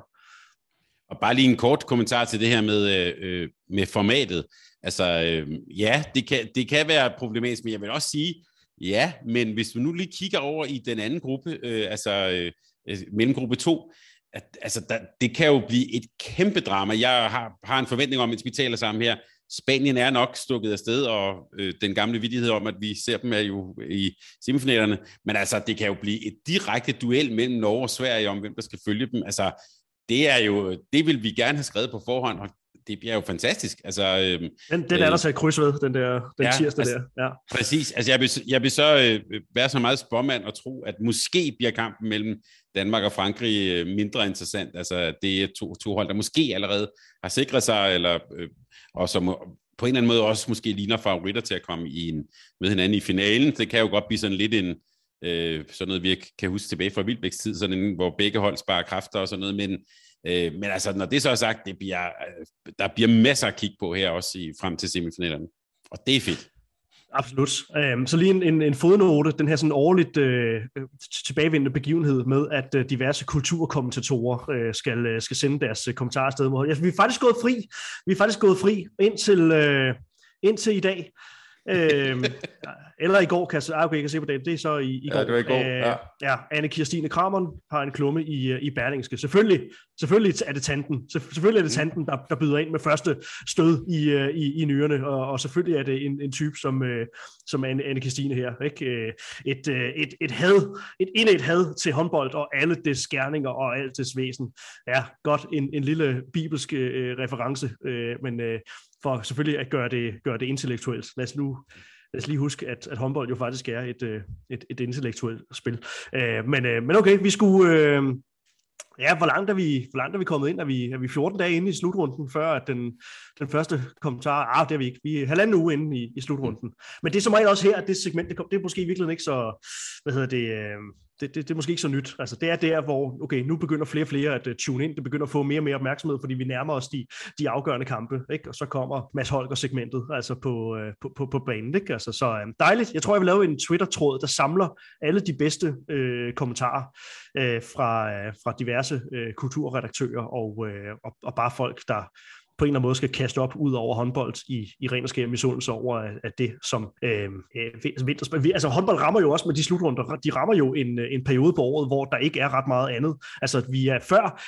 Og bare lige en kort kommentar til det her med, øh, med formatet. Altså, øh, ja, det kan, det kan være problematisk, men jeg vil også sige, ja, men hvis du nu lige kigger over i den anden gruppe, øh, altså øh, mellemgruppe to, at, altså, der, det kan jo blive et kæmpe drama. Jeg har, har en forventning om, at vi taler sammen her. Spanien er nok stukket afsted, og øh, den gamle vittighed om, at vi ser dem er jo i semifinalerne, men altså, det kan jo blive et direkte duel mellem Norge og Sverige om, hvem der skal følge dem. Altså, det er jo, det vil vi gerne have skrevet på forhånd, og det bliver jo fantastisk. Altså, øh, den, den er der så et kryds ved, den der den ja, tirsdag altså, der. Ja. Præcis. Altså, jeg vil, jeg vil så øh, være så meget spåmand og tro, at måske bliver kampen mellem Danmark og Frankrig øh, mindre interessant. Altså, det er to, to hold, der måske allerede har sikret sig, eller, øh, og som på en eller anden måde også måske ligner favoritter til at komme i en, med hinanden i finalen. Det kan jo godt blive sådan lidt en, øh, sådan noget, vi kan huske tilbage fra Wilbæks tid, sådan en, hvor begge hold sparer kræfter og sådan noget, men Øh, men altså, når det så er sagt, det bliver, der bliver masser at kigge på her også i, frem til semifinalerne. Og det er fedt. Absolut. Um, så lige en, en, en fodnote, den her sådan årligt øh, tilbagevendende begivenhed med, at øh, diverse kulturkommentatorer øh, skal, øh, skal sende deres øh, kommentarer afsted. Ja, vi er faktisk gået fri. Vi er faktisk gået fri indtil, øh, indtil i dag. øhm, eller i går, kan jeg, okay, jeg kan se på det, det er så i, i går. Ja, det var i går, øh, ja. ja, Anne Kirstine Kramon har en klumme i, i Berlingske. Selvfølgelig, selvfølgelig er det tanten, selvfølgelig er det tanten, der, der byder ind med første stød i, i, i nyrerne, og, og selvfølgelig er det en, en type som, som Anne, Anne Kirstine her. Ikke? Et, et, et had, et indet had til håndbold og alle dets gerninger og alt dets væsen. Ja, godt en, en lille bibelsk øh, reference, øh, men øh, for selvfølgelig at gøre det, gøre det intellektuelt. Lad os, nu, lad os lige huske, at, at håndbold jo faktisk er et, et, et intellektuelt spil. Uh, men, uh, men okay, vi skulle... Uh, ja, hvor langt er vi, hvor langt er vi kommet ind? Er vi, er vi fjorten dage inde i slutrunden, før at den, den første kommentar... Ah, det er vi ikke. Vi er halvanden uge inde i, i slutrunden. Men det er som regel også her, at det segment, det, kom, det er måske i virkeligheden ikke så... Hvad hedder det... Uh, Det, det, det er måske ikke så nyt. Altså, det er der, hvor okay, nu begynder flere og flere at uh, tune ind. Det begynder at få mere og mere opmærksomhed, fordi vi nærmer os de, de afgørende kampe. Ikke? Og så kommer Mads Holger-segmentet altså på, uh, på, på, på banen. Ikke? Altså, så um, dejligt. Jeg tror, jeg vil lave en Twitter-tråd, der samler alle de bedste uh, kommentarer uh, fra, uh, fra diverse uh, kulturredaktører og, uh, og, og bare folk, der på en eller anden måde skal kaste op ud over håndbold i, i ren og skær misundelse over at det, som øh, vinterspil. Altså håndbold rammer jo også med de slutrunder, de rammer jo en, en periode på året, hvor der ikke er ret meget andet. Altså vi er før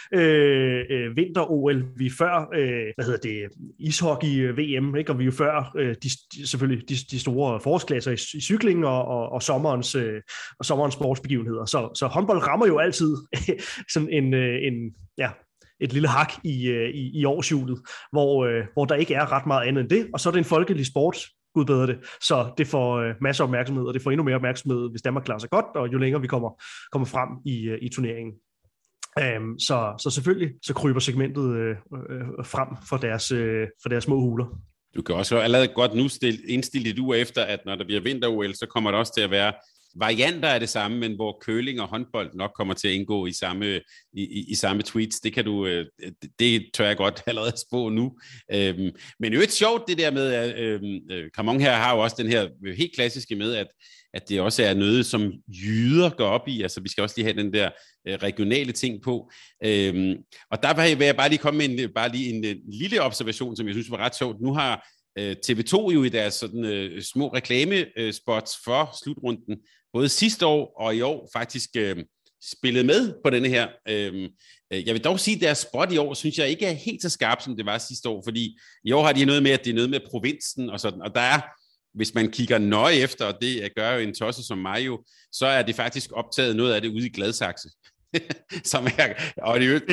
øh, vinter-O L, vi er før, øh, hvad hedder det, ishockey-V M, ikke? Og vi er jo før øh, de, de, selvfølgelig de, de store forårsklasser i, i cykling og, og, og, sommerens, øh, og sommerens sportsbegivenheder. Så, så håndbold rammer jo altid sådan en, en ja, et lille hak i, i, i årshjulet, hvor, øh, hvor der ikke er ret meget andet end det, og så er det en folkelig sport, gud bedre det, så det får øh, masser af opmærksomhed, og det får endnu mere opmærksomhed, hvis Danmark klarer sig godt, og jo længere vi kommer, kommer frem i, i turneringen. Um, så, så selvfølgelig, så kryber segmentet øh, øh, frem fra deres, øh, fra deres små huler. Du kan også allerede godt nu stille, indstille dit uge efter, at når der bliver vinter-O L, så kommer der også til at være varianter af det samme, men hvor curling og håndbold nok kommer til at indgå i samme, i, i, i samme tweets. Det kan du, øh, det tør jeg godt allerede spå nu. Øhm, men jo et sjovt det der med, at øh, Kramon her har jo også den her helt klassiske med, at, at det også er noget, som jyder går op i. Altså vi skal også lige have den der øh, regionale ting på. Øhm, og der vil jeg bare lige komme med en, bare lige en, en lille observation, som jeg synes var ret sjovt. Nu har T V to jo i deres sådan, øh, små reklamespots for slutrunden, både sidste år og i år faktisk øh, spillet med på denne her. Øh, jeg vil dog sige, at deres spot i år, synes jeg ikke er helt så skarp, som det var sidste år, fordi i år har de noget med, at det er noget med provinsen og sådan, og der er, hvis man kigger nøje efter, og det gør jo en tosse som mig jo, så er det faktisk optaget noget af det ude i Gladsaxe. som er, og i øvrigt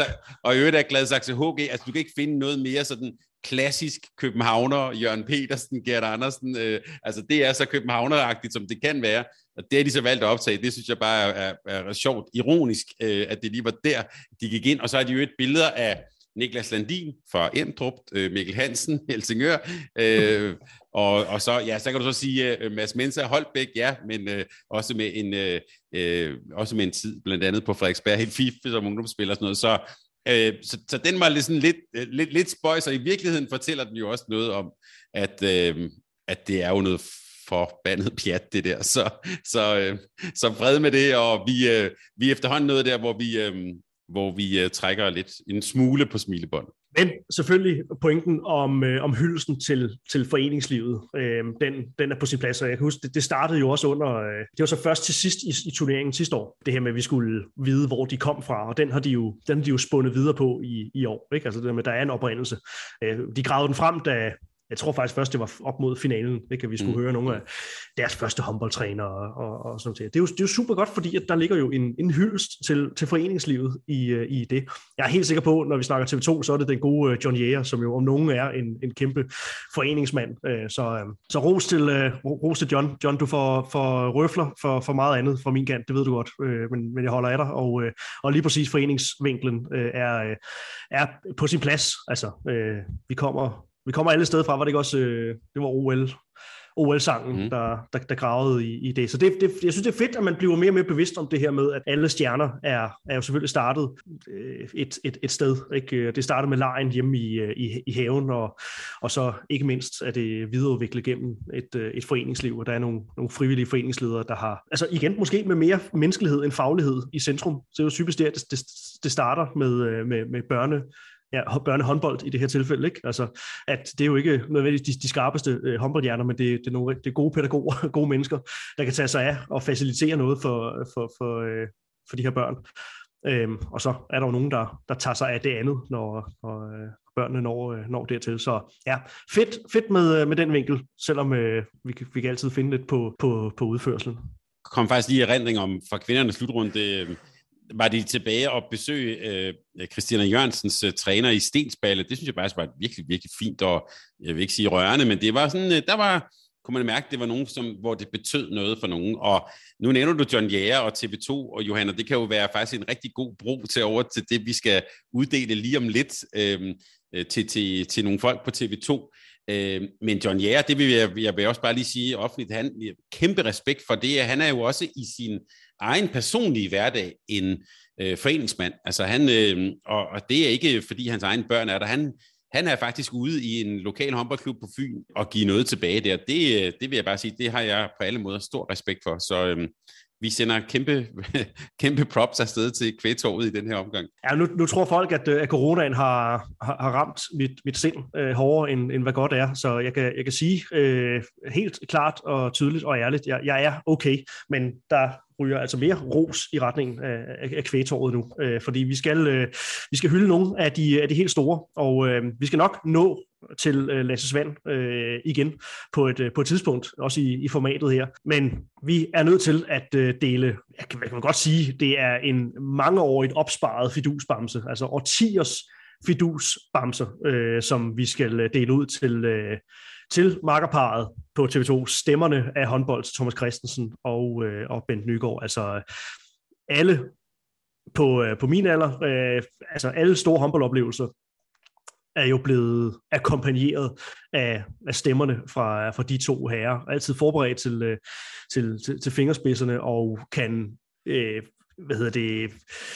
er Gladsaxe H G, altså du kan ikke finde noget mere sådan klassisk københavner, Jørgen Petersen, Gert Andersen, øh, altså det er så københavneragtigt, som det kan være, og det er de så valgt at optage. Det synes jeg bare er, er, er sjovt, ironisk, øh, at det lige var der, de gik ind, og så er de jo et billeder af Niklas Landin fra Emdrup, øh, Mikkel Hansen, Helsingør, øh, og, og så, ja, så kan du så sige uh, Mads Mensa Holbæk, ja, men øh, også, med en, øh, øh, også med en tid, blandt andet på Frederiksberg, helt F I F som ungdomsspiller og sådan noget, så Øh, så, så den var lidt, sådan lidt, lidt, lidt spøjs, og i virkeligheden fortæller den jo også noget om, at, øh, at det er jo noget forbandet pjat, det der. Så, så, øh, så fred med det, og vi, øh, vi er efterhånden noget der, hvor vi, øh, hvor vi øh, trækker lidt en smule på smilebåndet. Men selvfølgelig pointen om, øh, om hyldelsen til, til foreningslivet, øh, den, den er på sin plads, og jeg kan huske, det, det startede jo også under, øh, det var så først til sidst i, i turneringen sidste år, det her med, at vi skulle vide, hvor de kom fra, og den har de jo, den har de jo spundet videre på i, i år, ikke? Altså det der med, der er en oprindelse. Øh, de gravede den frem, da jeg tror faktisk først, det var op mod finalen, ikke? At vi skulle mm. høre nogle af deres første håndboldtrænere og, og, og sådan noget. Det er, jo, det er jo super godt, fordi at der ligger jo en, en hyldest til, til foreningslivet i, i det. Jeg er helt sikker på, når vi snakker T V to, så er det den gode John Jæger, som jo om nogen er en, en kæmpe foreningsmand. Så, så ros, til, ros til John. John, du får, får røfler for, for meget andet fra min kant, det ved du godt, men, men jeg holder af dig. Og, og lige præcis foreningsvinklen er, er på sin plads. Altså, vi kommer... Vi kommer alle steder fra, var det ikke også, øh, det var O L, O L-sangen, mm. der, der, der gravede i, i det. Så det, det, jeg synes, det er fedt, at man bliver mere og mere bevidst om det her med, at alle stjerner er, er jo selvfølgelig startet øh, et, et, et sted. Ikke? Det startede med legen hjemme i, i, i haven, og, og så ikke mindst er det videreudviklet gennem et, et foreningsliv, og der er nogle, nogle frivillige foreningsledere, der har, altså igen, måske med mere menneskelighed end faglighed i centrum. Så det er jo typisk det, det, det starter med, med, med børne Ja, børnehåndbold i det her tilfælde, ikke? Altså, at det er jo ikke nødvendigvis de, de skarpeste øh, håndboldhjerner, men det, det er nogle det er gode pædagoger, gode mennesker, der kan tage sig af og facilitere noget for, for, for, øh, for de her børn. Øhm, og så er der jo nogen, der, der tager sig af det andet, når, når øh, børnene når, øh, når dertil. Så ja, fedt, fedt med, med den vinkel, selvom øh, vi, vi kan altid finde lidt på, på, på udførselen. Kom faktisk lige erindring om fra kvindernes slutrunde. Var de tilbage og besøge øh, Christina Jørgensens øh, træner i Stensballe. Det synes jeg faktisk var virkelig, virkelig fint, og jeg vil ikke sige rørende, men det var sådan, øh, der var, kunne man mærke, det var nogen, som, hvor det betød noget for nogen. Og nu nævner du John Jæger og T V to, og Johanna, det kan jo være faktisk en rigtig god bro til over til det, vi skal uddele lige om lidt øh, til, til, til nogle folk på T V to. Øh, men John Jæger, det vil jeg, jeg vil også bare lige sige offentligt, han kæmpe respekt for det, han er jo også i sin egen personlige hverdag en øh, foreningsmand. Altså han, øh, og, og det er ikke fordi hans egne børn er der, han, han er faktisk ude i en lokal håndboldklub på Fyn og give noget tilbage der. Det, det vil jeg bare sige, det har jeg på alle måder stor respekt for, så øh, vi sender kæmpe, kæmpe props afsted til Kvægtorvet i den her omgang. Ja, nu, nu tror folk, at, at coronaen har, har, har ramt mit, mit sind øh, hårdere, end, end hvad godt er. Så jeg kan, jeg kan sige øh, helt klart og tydeligt og ærligt, jeg, jeg er okay, men der ryger altså mere ros i retningen af, af, af Kvægtorvet nu. Øh, fordi vi skal, øh, vi skal hylde nogle af de, af de helt store, og øh, vi skal nok nå til øh, Lasse Svand øh, igen på et, øh, på et tidspunkt, også i, i formatet her. Men vi er nødt til at øh, dele, jeg kan, jeg kan godt sige, det er en mangeårigt opsparet fidusbamse, altså årtiers fidusbamser, øh, som vi skal dele ud til, øh, til makkerparret på T V to, stemmerne af håndbold, Thomas Christensen og, øh, og Bent Nygaard. Altså alle på, øh, på min alder, øh, altså alle store håndboldoplevelser, er jo blevet akkompagneret af, af stemmerne fra, fra de to herrer. Altid forberedt til, til, til, til fingerspidserne og kan øh, hvad hedder det,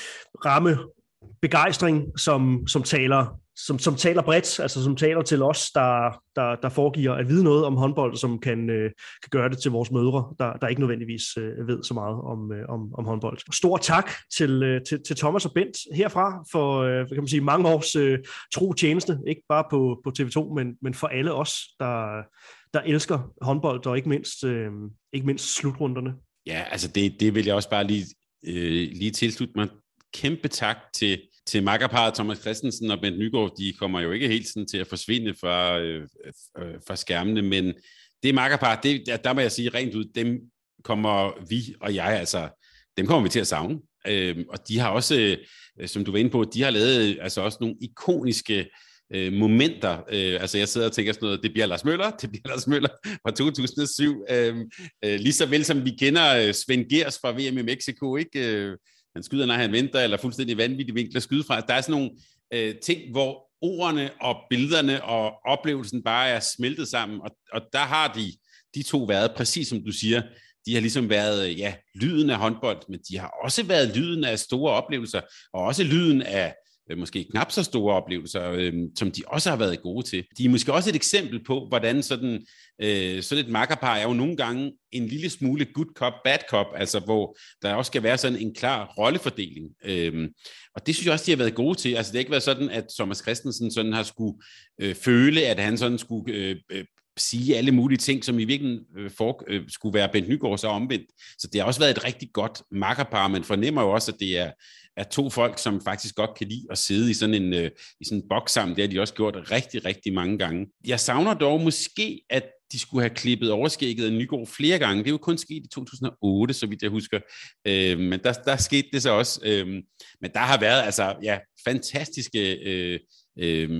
ramme begejstring, som, som taler Som, som taler bredt, altså som taler til os, der, der, der foregiver at vide noget om håndbold, som kan, øh, kan gøre det til vores mødre, der, der ikke nødvendigvis øh, ved så meget om, øh, om, om håndbold. Stor tak til, øh, til, til Thomas og Bent herfra for øh, kan man sige, mange års øh, tro tjeneste, ikke bare på, på T V to, men, men for alle os, der, der elsker håndbold, og ikke mindst, øh, ikke mindst slutrunderne. Ja, altså det, det vil jeg også bare lige, øh, lige tilslutte mig. Kæmpe tak til Til makkerparret Thomas Christensen og Bent Nygård. De kommer jo ikke helt sådan til at forsvinde fra, øh, fra skærmene, men det makkerpar, det, der må jeg sige rent ud, dem kommer vi og jeg, altså, dem kommer vi til at savne. Øh, og de har også, øh, som du var inde på, de har lavet altså også nogle ikoniske øh, momenter. Øh, altså jeg sidder og tænker sådan noget, det bliver Lars Møller, det bliver Lars Møller fra to tusind og syv. Øh, øh, lige så vel som vi kender Svend Gers fra V M i Mexico, ikke? Øh, han skyder, når han venter, eller fuldstændig vanvittig vinkel at skyde fra. Der er sådan nogle øh, ting, hvor ordene og billederne og oplevelsen bare er smeltet sammen, og, og der har de, de to været, præcis som du siger, de har ligesom været, ja, lyden af håndbold, men de har også været lyden af store oplevelser, og også lyden af øh, måske knap så store oplevelser, øh, som de også har været gode til. De er måske også et eksempel på, hvordan sådan, øh, sådan et makkerpar er jo nogle gange en lille smule good cop, bad cop, altså hvor der også skal være sådan en klar rollefordeling. Øh, og det synes jeg også, de har været gode til. Altså det har ikke været sådan, at Thomas Christensen sådan har skulle øh, føle, at han sådan skulle øh, øh, sige alle mulige ting, som i virkeligheden øh, for, øh, skulle være Bent Nygård så omvendt. Så det har også været et rigtig godt makkerpar. Man fornemmer jo også, at det er, er to folk, som faktisk godt kan lide at sidde i sådan en, øh, i sådan en boks sammen. Det har de også gjort rigtig, rigtig mange gange. Jeg savner dog måske, at de skulle have klippet overskægget af Nygård flere gange. Det er jo kun sket i to tusind og otte, så vidt jeg husker. Øh, men der, der skete det så også. Øh, men der har været altså, ja, fantastiske øh, øh,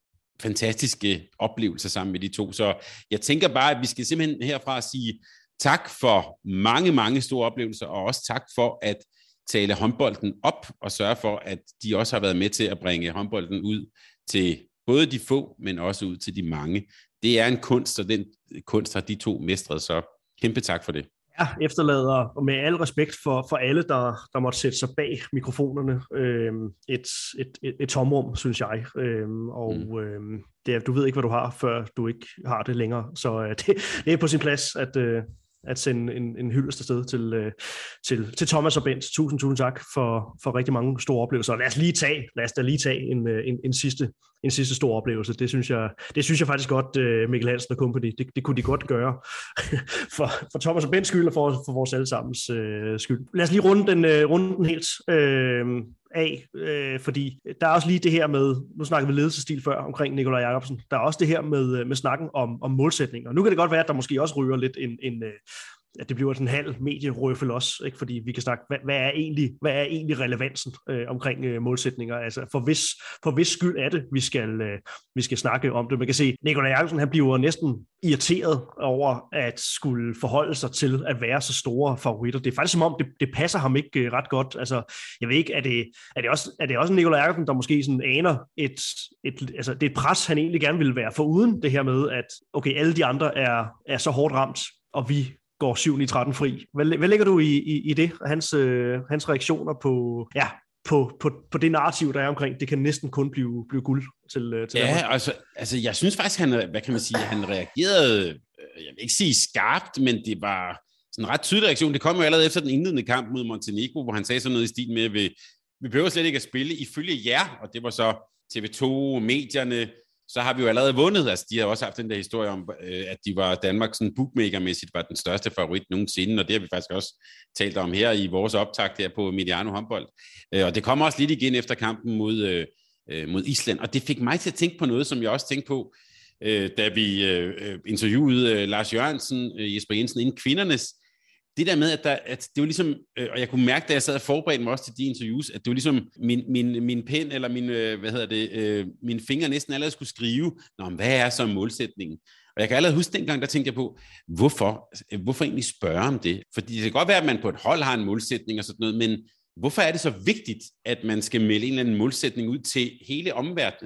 fantastiske oplevelser sammen med de to. Så jeg tænker bare, at vi skal simpelthen herfra sige tak for mange, mange store oplevelser, og også tak for at tale håndbolden op, og sørge for, at de også har været med til at bringe håndbolden ud til både de få, men også ud til de mange. Det er en kunst, og den kunst har de to mestret, så kæmpe tak for det. Ja, efterlader, og med al respekt for, for alle, der, der måtte sætte sig bag mikrofonerne, øh, et, et, et, et tomrum, synes jeg. Øh, og mm. øh, det er, du ved ikke, hvad du har, før du ikke har det længere. Så øh, det, det er på sin plads, at, øh, at sende en, en hyldest afsted til, øh, til, til Thomas og Bent. Tusind, tusind tak for, for rigtig mange store oplevelser. Lad os lige tage, lad os da lige tage en, en, en, sidste, en sidste stor oplevelse. Det synes jeg, det synes jeg faktisk godt, Mikkel Hansen og Company, det, det kunne de godt gøre. for, for Thomas og Bents skyld, og for, for vores allesammens øh, skyld. Lad os lige runde den, øh, runde den helt øh, af, øh, fordi der er også lige det her med, nu snakker vi ledelsesstil før omkring Nikolaj Jacobsen, der er også det her med, med snakken om, om målsætninger. Nu kan det godt være, at der måske også ryger lidt en, en at det bliver en halv medierøffel også, ikke? Fordi vi kan snakke, hvad, hvad, er, egentlig, hvad er egentlig relevansen øh, omkring øh, målsætninger? Altså for hvis, for hvis skyld er det, vi skal, øh, vi skal snakke om det. Man kan se, Nikolaj Jacobsen, han bliver næsten irriteret over at skulle forholde sig til at være så store favoritter. Det er faktisk som om, det, det passer ham ikke øh, ret godt. Altså, jeg ved ikke, er det, er det også, er det også Nikolaj Jacobsen, der måske sådan aner et, et, altså det er et pres, han egentlig gerne vil være foruden det her med, at okay, alle de andre er, er så hårdt ramt, og vi går syv ni tretten fri. Hvad, hvad lægger du i, i, i det? Hans, øh, hans reaktioner på, ja, på, på, på det narrativ, der er omkring, det kan næsten kun blive, blive guld til, til Ja, Danmark. altså, altså jeg synes faktisk, han, hvad kan man sige, han reagerede, jeg vil ikke sige skarpt, men det var sådan en ret tydelig reaktion. Det kom jo allerede efter den indledende kamp mod Montenegro, hvor han sagde sådan noget i stil med, at vi, vi behøver slet ikke at spille ifølge jer, og det var så T V to, medierne, så har vi jo allerede vundet. Altså, de har også haft den der historie om, at de var Danmark sådan bookmakermæssigt var den største favorit nogensinde, og det har vi faktisk også talt om her i vores optakt her på Mediano håndbold. Og det kommer også lidt igen efter kampen mod, mod Island, og det fik mig til at tænke på noget, som jeg også tænkte på, da vi interviewede Lars Jørgensen, Jesper Jensen inden kvindernes. Det der med, at, der, at det var ligesom, og jeg kunne mærke, da jeg sad og forberedte mig også til de interviews, at det var ligesom min, min, min pen, eller min, hvad hedder det, mine fingre næsten allerede skulle skrive, nå, hvad er så målsætningen? Og jeg kan allerede huske dengang, der tænkte jeg på, hvorfor, hvorfor egentlig spørge om det? Fordi det kan godt være, at man på et hold har en målsætning og sådan noget, men hvorfor er det så vigtigt, at man skal melde en eller anden målsætning ud til hele omverdenen?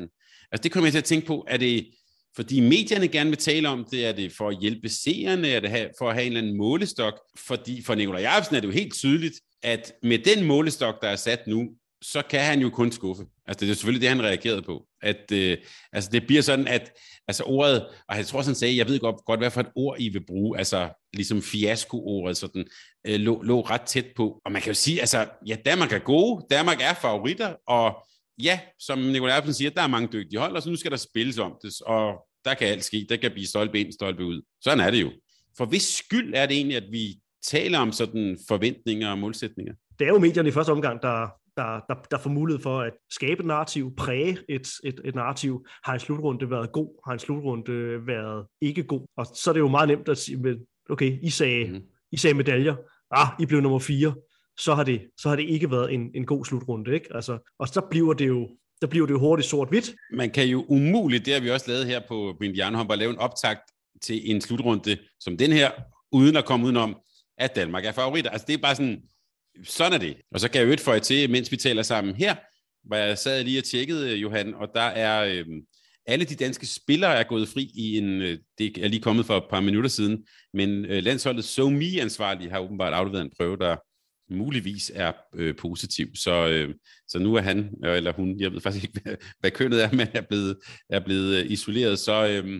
Altså det kommer jeg til at tænke på, er det fordi medierne gerne vil tale om det, er det for at hjælpe seerne, er det for at have en eller anden målestok? Fordi for Nikolaj Jacobsen er det jo helt tydeligt, at med den målestok, der er sat nu, så kan han jo kun skuffe. Altså det er selvfølgelig det, han reagerede på. At øh, altså det bliver sådan, at altså ordet, og jeg tror sådan sagde, jeg ved godt, godt hvad for et ord I vil bruge, altså ligesom fiasko-ordet sådan, øh, lå, lå ret tæt på. Og man kan jo sige, altså ja, Danmark er gode, Danmark er favoritter, og ja, som Nikolaj Jacobsen siger, der er mange dygtige hold, og så nu skal der spilles om det, og der kan alt ske, der kan blive stolpe ind, stolpe ud. Sådan er det jo. For hvis skyld er det egentlig, at vi taler om sådan forventninger og målsætninger? Det er jo medierne i første omgang, der, der, der, der får mulighed for at skabe et narrativ, præge et, et, et narrativ. Har en slutrunde været god? Har en slutrunde været ikke god? Og så er det jo meget nemt at sige, okay, I sagde, mm. I sagde medaljer. Ah, I blev nummer fire. Så har det, så har det ikke været en, en god slutrunde, ikke? Altså, og så bliver det jo der bliver det jo hurtigt sort-hvidt. Man kan jo umuligt, det har vi også lavet her på Mediano Håndbold, lave en optakt til en slutrunde som den her, uden at komme udenom, at Danmark er favoritter. Altså det er bare sådan, sådan er det. Og så kan jeg jo et føje til, mens vi taler sammen her, hvor jeg sad lige og tjekkede, Johan, og der er øh, alle de danske spillere er gået fri i en, øh, det er lige kommet for et par minutter siden, men øh, landsholdet SoMe-ansvarlige har åbenbart afleveret en prøve, der muligvis er øh, positiv. Så, øh, så nu er han, eller hun, jeg ved faktisk ikke, hvad, hvad kønnet er, men er blevet, er blevet isoleret. Så, øh,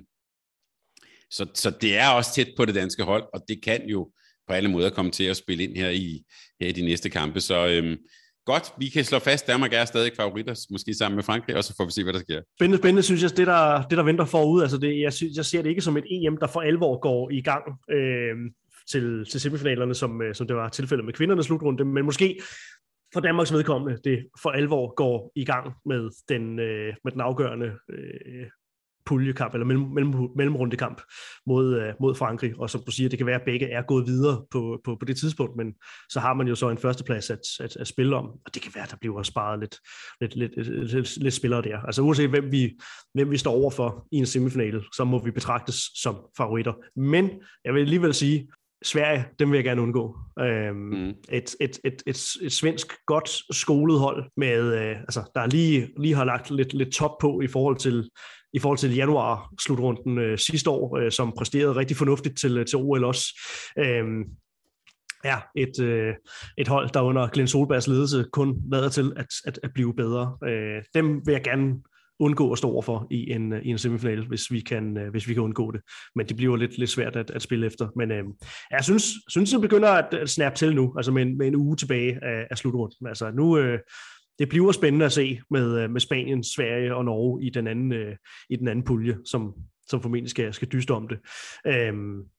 så, så det er også tæt på det danske hold, og det kan jo på alle måder komme til at spille ind her i, her i de næste kampe. Så øh, godt, vi kan slå fast, Danmark er stadig favoritter, måske sammen med Frankrig, og så får vi se, hvad der sker. Spændende, spændende synes jeg, det der, det der venter forude, altså det, jeg, synes, jeg ser det ikke som et E M, der for alvor går i gang øh, til, til semifinalerne, som, som det var tilfældet med kvindernes slutrunde, men måske for Danmarks vedkommende, det for alvor går i gang med den, øh, med den afgørende øh, puljekamp, eller mellem, mellem, mellemrundekamp mod, øh, mod Frankrig, og som du siger, det kan være, at begge er gået videre på, på, på det tidspunkt, men så har man jo så en førsteplads at, at, at spille om, og det kan være, at der bliver sparet lidt, lidt, lidt, lidt, lidt, lidt spillere der. Altså uanset hvem vi, hvem vi står over for i en semifinale, så må vi betragtes som favoritter. Men jeg vil alligevel sige, Sverige, dem vil jeg gerne undgå. Øhm, mm. et, et, et, et, et svensk godt skolet hold, med, øh, altså, der lige, lige har lagt lidt, lidt top på i forhold til, i forhold til januar-slutrunden øh, sidste år, øh, som præsterede rigtig fornuftigt til, til O L også. Øhm, ja, et, øh, et hold, der under Glenn Solbergs ledelse kun lader til at, at, at blive bedre. Øh, dem vil jeg gerne undgå at stå overfor i en, i en semifinal, hvis vi kan, hvis vi kan undgå det. Men det bliver lidt, lidt svært at, at spille efter. Men øh, jeg synes, synes, det begynder at, at snappe til nu, altså med en, med en uge tilbage af, af slutrunden. Altså nu, øh, det bliver spændende at se med, med Spanien, Sverige og Norge i den anden, øh, i den anden pulje, som, som formentlig skal, skal dyste om det. Øh,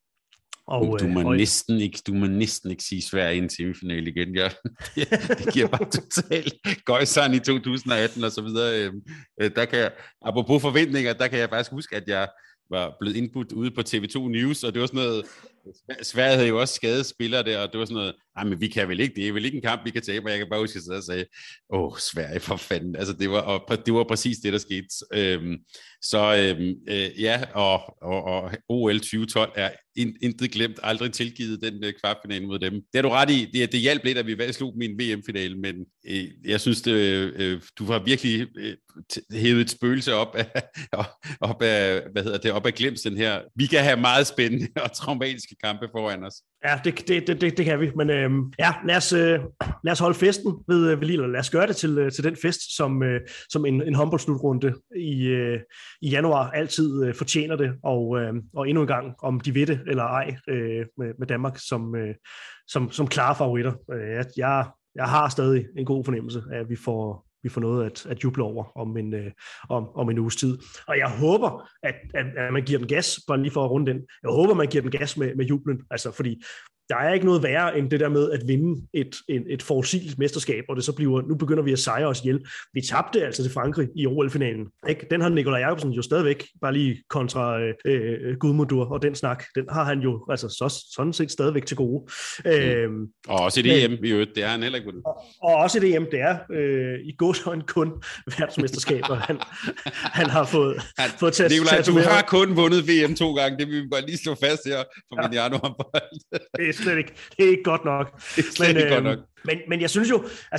Og, du, må og, næsten ikke, du må næsten ikke sige Sverige i en semifinal igen, ja. Det giver bare totalt gøjseren i to tusind atten og så videre. Der kan jeg, apropos forventninger, der kan jeg faktisk huske, at jeg var blevet indbudt ude på T V to News, og det var sådan noget, Sverige havde jo også skadet spillere der, og det var sådan noget, nej, men vi kan vel ikke, det er vel ikke en kamp, vi kan tabe, og jeg kan bare huske, at jeg sagde, åh, Sverige for fanden, altså det var, og det var præcis det, der skete. Øhm, så øhm, øh, ja, og, og, og O L tyve tolv er intet glemt, aldrig tilgivet den uh, kvartfinale mod dem. Det er du ret i, det, det hjalp lidt, at vi slog min V M-finale, men øh, jeg synes, det, øh, du har virkelig øh, hævet et spøgelse op af, op af, hvad hedder det, op af glemsen her. Vi kan have meget spændende og traumatiske kampe foran os. Ja, det, det, det, det kan vi, men øh, ja, lad os, øh, lad os holde festen ved, ved Lille, lad os gøre det til, til den fest, som, øh, som en, en håndboldslutrunde i, øh, i januar altid øh, fortjener det, og, øh, og endnu en gang, om de ved det eller ej, øh, med, med Danmark som, øh, som, som klare favoritter. Øh, jeg, jeg har stadig en god fornemmelse af, at vi får vi får noget at, at juble over om en, øh, om, om en uges tid. Og jeg håber, at, at, at man giver den gas, bare lige for at runde den. Jeg håber, man giver den gas med, med jublen, altså fordi der er ikke noget værre end det der med at vinde et, et, et forudsigeligt mesterskab, og det så bliver, nu begynder vi at sejre os ihjel. Vi tabte altså til Frankrig i O L-finalen. Ikke? Den har Nikolaj Jacobsen jo stadigvæk, bare lige kontra øh, øh, Gudmundur og den snak, den har han jo altså så, sådan set stadigvæk til gode. Mm. Øhm, og også i E M, vi det er han heller ikke på det. Og, og også i E M, det er øh, i gåsøjne kun verdensmesterskaber, han, han har fået, han, fået tæt. Nikolaj, du har kun vundet V M to gange, det vil vi bare lige slå fast her for ja. Mediano Håndbold. Det er slet ikke, det er ikke godt nok. Det er slet men, ikke øh, godt nok. Men, men jeg synes jo, altså,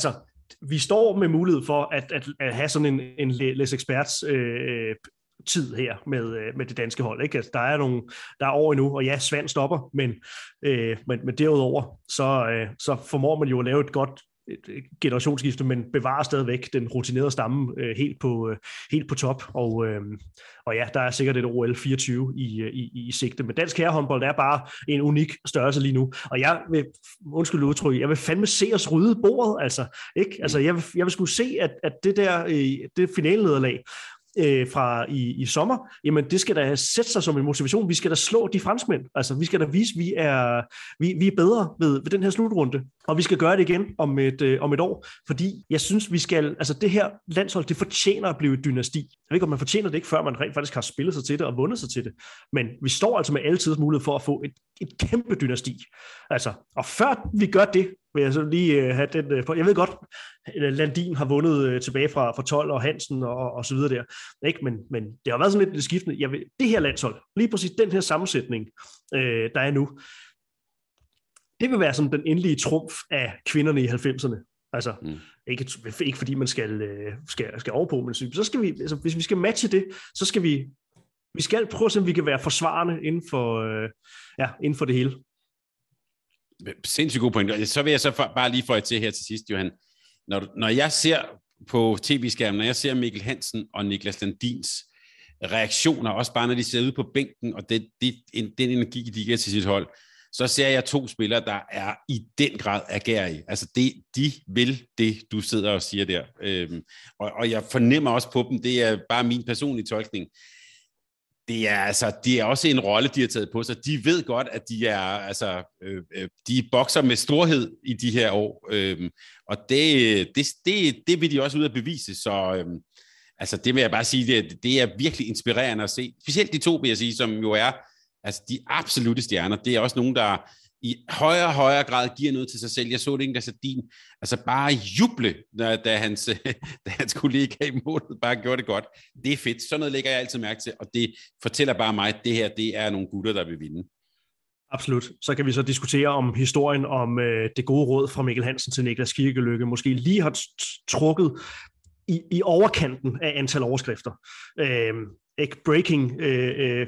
vi står med mulighed for at, at, at have sådan en, en Les Experts øh, tid her med, med det danske hold. Ikke? Altså, der er nogle, der er over endnu, og ja, Svand stopper, men, øh, men, men derudover, så, øh, så formår man jo at lave et godt et generationsskifte, men bevarer stadigvæk den rutinerede stamme øh, helt, på, øh, helt på top, og, øh, og ja, der er sikkert et O L fireogtyve i, i, i sigte, men dansk herrehåndbold er bare en unik størrelse lige nu, og jeg vil, undskyld udtryk, jeg vil fandme se os rydde bordet, altså, ikke? Altså, jeg vil, jeg vil skulle se, at, at det der, øh, det finalelederlag, Øh, fra i, i sommer, jamen det skal da sætte sig som en motivation. Vi skal da slå de franskmænd. Altså vi skal da vise, at vi er, vi, vi er bedre ved, ved den her slutrunde. Og vi skal gøre det igen om et, øh, om et år, fordi jeg synes, vi skal, altså det her landshold, det fortjener at blive et dynasti. Jeg ved ikke, om man fortjener det ikke, før man rent faktisk har spillet sig til det og vundet sig til det. Men vi står altså med alle tiders mulighed for at få et, et kæmpe dynasti. Altså, og før vi gør det, vil jeg så lige uh, have den, uh, jeg ved godt, Landin har vundet uh, tilbage fra, fra tolv og Hansen og, og så videre der, ikke? Men, men det har været sådan lidt det skiftende. Jeg vil, det her landshold, lige præcis den her sammensætning, uh, der er nu, det vil være sådan den endelige trumf af kvinderne i halvfemserne. Altså, mm. ikke, ikke fordi man skal, uh, skal, skal overpå, men så skal vi, altså, hvis vi skal matche det, så skal vi, vi skal prøve at se, om vi kan være forsvarende inden for, uh, ja, inden for det hele. Sindssygt god point. Så vil jeg så for, bare lige få til her til sidst, Johan. Når, når jeg ser på tv-skærmen, når jeg ser Mikkel Hansen og Niklas Landins reaktioner, også bare når de sidder ude på bænken, og det, det, den energi, de giver til sit hold, så ser jeg to spillere, der er i den grad agerige. Altså, det, de vil det, du sidder og siger der. Øhm, og, og jeg fornemmer også på dem, det er bare min personlige tolkning, det er, altså, det er også en rolle, de har taget på sig. De ved godt, at de er, altså, øh, de bokser med storhed i de her år. Øh, og det, det, det, det vil de også ud at bevise. Så øh, altså, det vil jeg bare sige, det, det er virkelig inspirerende at se. Specielt de to, vil jeg sige, som jo er altså, de absolutte stjerner. Det er også nogen, der i højere og højere grad giver noget til sig selv. Jeg så det ikke, der Sadin, altså bare juble, da hans, da hans kollega i målet bare gjorde det godt. Det er fedt. Sådan noget lægger jeg altid mærke til, og det fortæller bare mig, at det her, det er nogle gutter, der vil vinde. Absolut. Så kan vi så diskutere om historien om øh, det gode råd fra Mikkel Hansen til Niklas Kirkelykke måske lige har trukket i, i overkanten af antal overskrifter. Øh, Ikke breaking. Øh,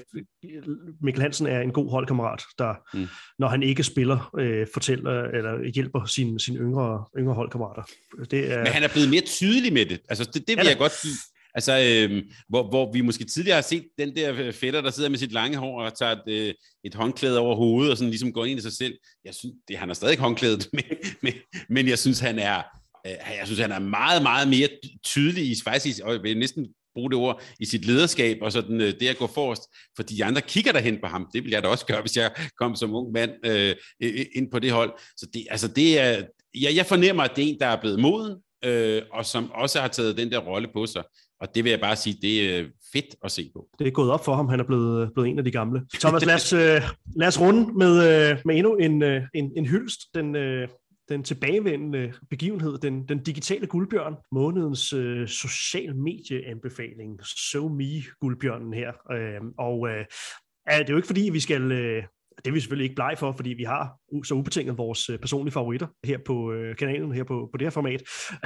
Mikkel Hansen er en god holdkammerat, der, mm. når han ikke spiller, øh, fortæller eller hjælper sine, sine yngre, yngre holdkammerater. Det er... Men han er blevet mere tydelig med det. Altså, det, det vil jeg godt give. Altså, øh, hvor, hvor vi måske tidligere har set den der fætter, der sidder med sit lange hår og tager et, øh, et håndklæde over hovedet og sådan ligesom går ind i sig selv. Jeg synes, det, han er stadig håndklædet, men, men, men jeg synes, han er, øh, jeg synes, han er meget, meget mere tydelig i faktisk, og jeg vil næsten bruge det ord, i sit lederskab, og sådan det at gå forrest, for de andre kigger derhen på ham. Det vil jeg da også gøre, hvis jeg kom som ung mand øh, ind på det hold. Så det, altså det er, ja, jeg fornemmer, at det er en, der er blevet moden, øh, og som også har taget den der rolle på sig. Og det vil jeg bare sige, det er fedt at se på. Det er gået op for ham, han er blevet, blevet en af de gamle. Thomas, lad os, øh, lad os runde med, øh, med endnu en, øh, en, en hyldest. Den, øh, den tilbagevendende begivenhed, den, den digitale guldbjørn, månedens øh, social medieanbefaling, SoMe-guldbjørnen her. Øh, og øh, det er jo ikke fordi, vi skal... Øh, det er vi selvfølgelig ikke blege for, fordi vi har så ubetinget vores personlige favoritter her på øh, kanalen, her på, på det her format.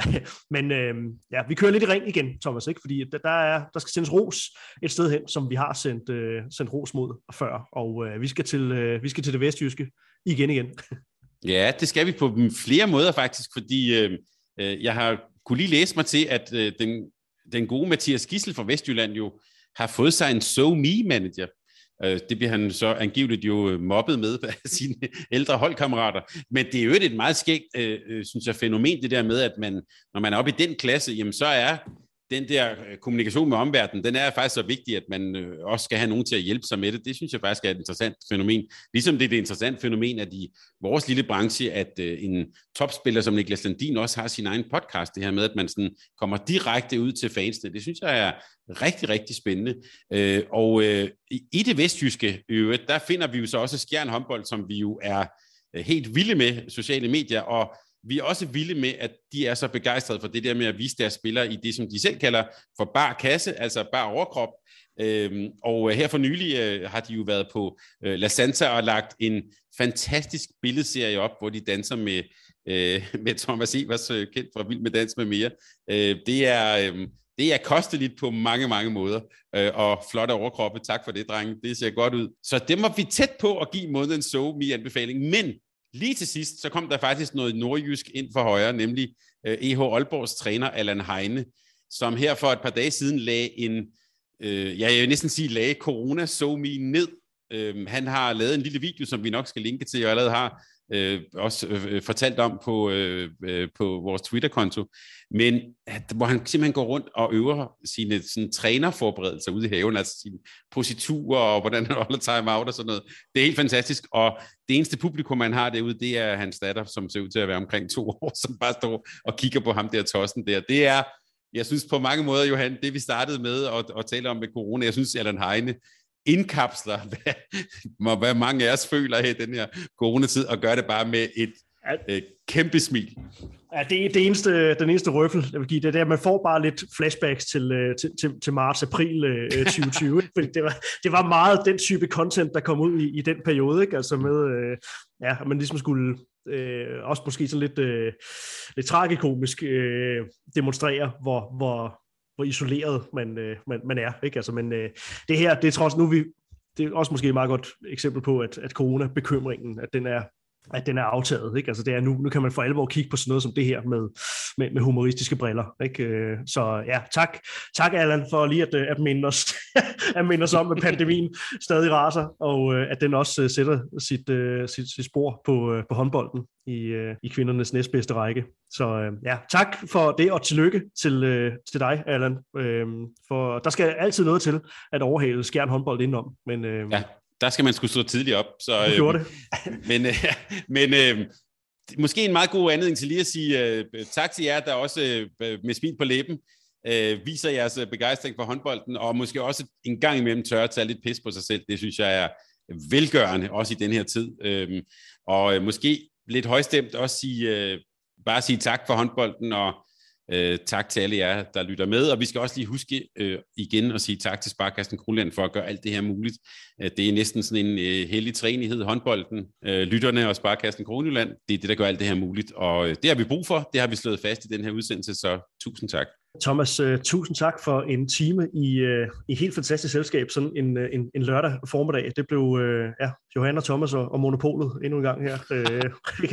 Men øh, ja, vi kører lidt i ring igen, Thomas, ikke? Fordi der, er, der skal sendes ros et sted hen, som vi har sendt, øh, sendt ros mod før. Og øh, vi, skal til, øh, vi skal til det vestjyske igen igen. Ja, det skal vi på flere måder faktisk, fordi øh, jeg har kunne lige læse mig til, at øh, den, den gode Mathias Gissel fra Vestjylland jo har fået sig en SoMe-manager. Det bliver han så angiveligt jo mobbet med af sine ældre holdkammerater. Men det er jo et meget skægt, øh, synes jeg, fænomen, det der med, at man, når man er oppe i den klasse, jamen så er den der kommunikation med omverdenen, den er faktisk så vigtig, at man øh, også skal have nogen til at hjælpe sig med det. Det synes jeg faktisk er et interessant fænomen. Ligesom det er et interessant fænomen, at i vores lille branche, at øh, en topspiller som Niklas Landin også har sin egen podcast, det her med, at man sådan kommer direkte ud til fansene. Det synes jeg er rigtig, rigtig spændende. Øh, og øh, i det vestjyske øvrigt, der finder vi jo så også Skjern håndbold, som vi jo er øh, helt vilde med sociale medier, og vi er også vilde med, at de er så begejstrede for det der med at vise deres spillere i det, som de selv kalder for bar kasse, altså bar overkrop. Øhm, og her for nylig øh, har de jo været på øh, La Santa og lagt en fantastisk billedserie op, hvor de danser med, øh, med Thomas Evers, øh, kendt fra Vild med Dans med mere. Øh, det er... Øh, Det er kosteligt på mange, mange måder, øh, og flotte overkroppe. Tak for det, drenge. Det ser godt ud. Så det var vi tæt på at give månedens SoMe-anbefaling. Men lige til sidst, så kom der faktisk noget nordjysk ind for højre, nemlig øh, E H Aalborgs træner Allan Heine, som her for et par dage siden lagde en, øh, ja, jeg vil næsten sige, lagde corona SoMe ned. Øh, han har lavet en lille video, som vi nok skal linke til, og allerede har Øh, også øh, fortalt om på, øh, øh, på vores Twitter-konto, men at, hvor han simpelthen går rundt og øver sine sådan, trænerforberedelser ude i haven, altså sine positurer og hvordan han holder time-out og sådan noget. Det er helt fantastisk, og det eneste publikum, man har derude, det er hans datter, som ser ud til at være omkring to år, som bare står og kigger på ham der tossen der. Det er, jeg synes på mange måder, Johan, det vi startede med at, at tale om med corona, jeg synes, Allan Heine indkapsler, hvad, hvad mange af os føler her i den her coronatid, og gør det bare med et øh, kæmpe smil. Ja, det er det eneste, den eneste røffel, jeg vil give, det er, at man får bare lidt flashbacks til, til, til, til marts-april øh, tyve tyve. det, var, det var meget den type content, der kom ud i, i den periode, ikke? Altså med, øh, ja, man ligesom skulle øh, også måske sådan lidt, øh, lidt tragikomisk øh, demonstrere, hvor, hvor hvor isoleret man, øh, man, man er, ikke? Altså, men øh, det her, det er trods nu vi, det er også måske et meget godt eksempel på, at, at corona-bekymringen, at den er, at den er aftaget, ikke? Altså det er nu, nu kan man for alvor kigge på sådan noget som det her med, med, med humoristiske briller, ikke? Så ja, tak, tak Allan for lige at, at minde os, at minde os om, at pandemien stadig raser, og at den også sætter sit, sit, sit spor på, på håndbolden i, i kvindernes næstbedste række. Så ja, tak for det, og tillykke til, til dig, Allan, for der skal altid noget til at overhale Skjern håndbold indenom, men ja. Der skal man skulle stå tidligt op. Så, du gjorde det. men øh, men øh, måske en meget god anledning til lige at sige øh, tak til jer, der også øh, med smil på læben øh, viser jeres begejstring for håndbolden, og måske også en gang imellem tør at tage lidt pis på sig selv. Det synes jeg er velgørende, også i den her tid. Øh, og øh, måske lidt højstemt også sige, øh, bare sige tak for håndbolden, og Øh, tak til alle jer, der lytter med, og vi skal også lige huske øh, igen at sige tak til Sparekassen Kronjylland for at gøre alt det her muligt. Øh, det er næsten sådan en øh, hellig træenighed, håndbolden, øh, lytterne og Sparekassen Kronjylland. Det er det, der gør alt det her muligt, og øh, det har vi brug for. Det har vi slået fast i den her udsendelse, så tusind tak. Thomas, uh, tusind tak for en time i, uh, i helt fantastisk selskab, sådan en, en, en lørdag formiddag. Det blev uh, ja, Johan og Thomas og, og Monopolet endnu en gang her. Uh, fik,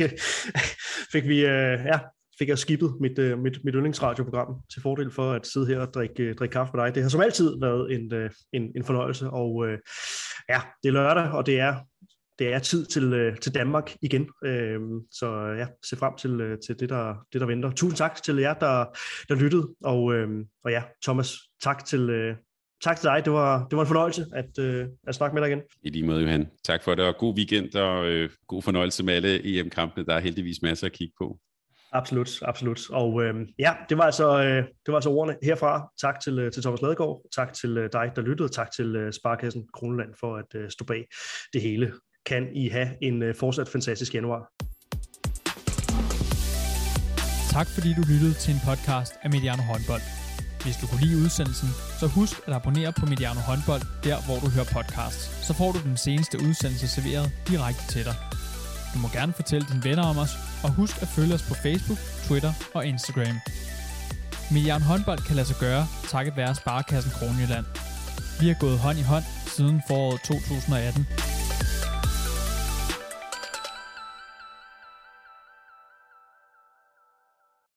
fik vi, uh, ja, fik jeg skippet mit, uh, mit, mit yndlingsradioprogram til fordel for at sidde her og drikke, uh, drikke kaffe med dig. Det har som altid været en, uh, en, en fornøjelse, og uh, ja, det er lørdag, og det er Det er tid til, til Danmark igen, så ja, se frem til, til det, der, det, der venter. Tusind tak til jer, der, der lyttede, og, og ja, Thomas, tak til, tak til dig. Det var, det var en fornøjelse at, at snakke med dig igen. I lige måde, Johan. Tak for det, og god weekend, og øh, god fornøjelse med alle E M-kampene. Der er heldigvis masser at kigge på. Absolut, absolut. Og øh, ja, det var, altså, øh, det var altså ordene herfra. Tak til, til Thomas Ladegaard, tak til dig, der lyttede, tak til Sparekassen Kronjylland for at øh, stå bag det hele. Kan I have en uh, fortsat fantastisk januar. Tak fordi du lyttede til en podcast af Mediano Håndbold. Hvis du kunne lide udsendelsen, så husk at abonnere på Mediano Håndbold, der hvor du hører podcasts. Så får du den seneste udsendelse serveret direkte til dig. Du må gerne fortælle dine venner om os, og husk at følge os på Facebook, Twitter og Instagram. Mediano Håndbold kan lade sig gøre, takket være Sparekassen Kronjylland. Vi har gået hånd i hånd siden foråret to tusind atten.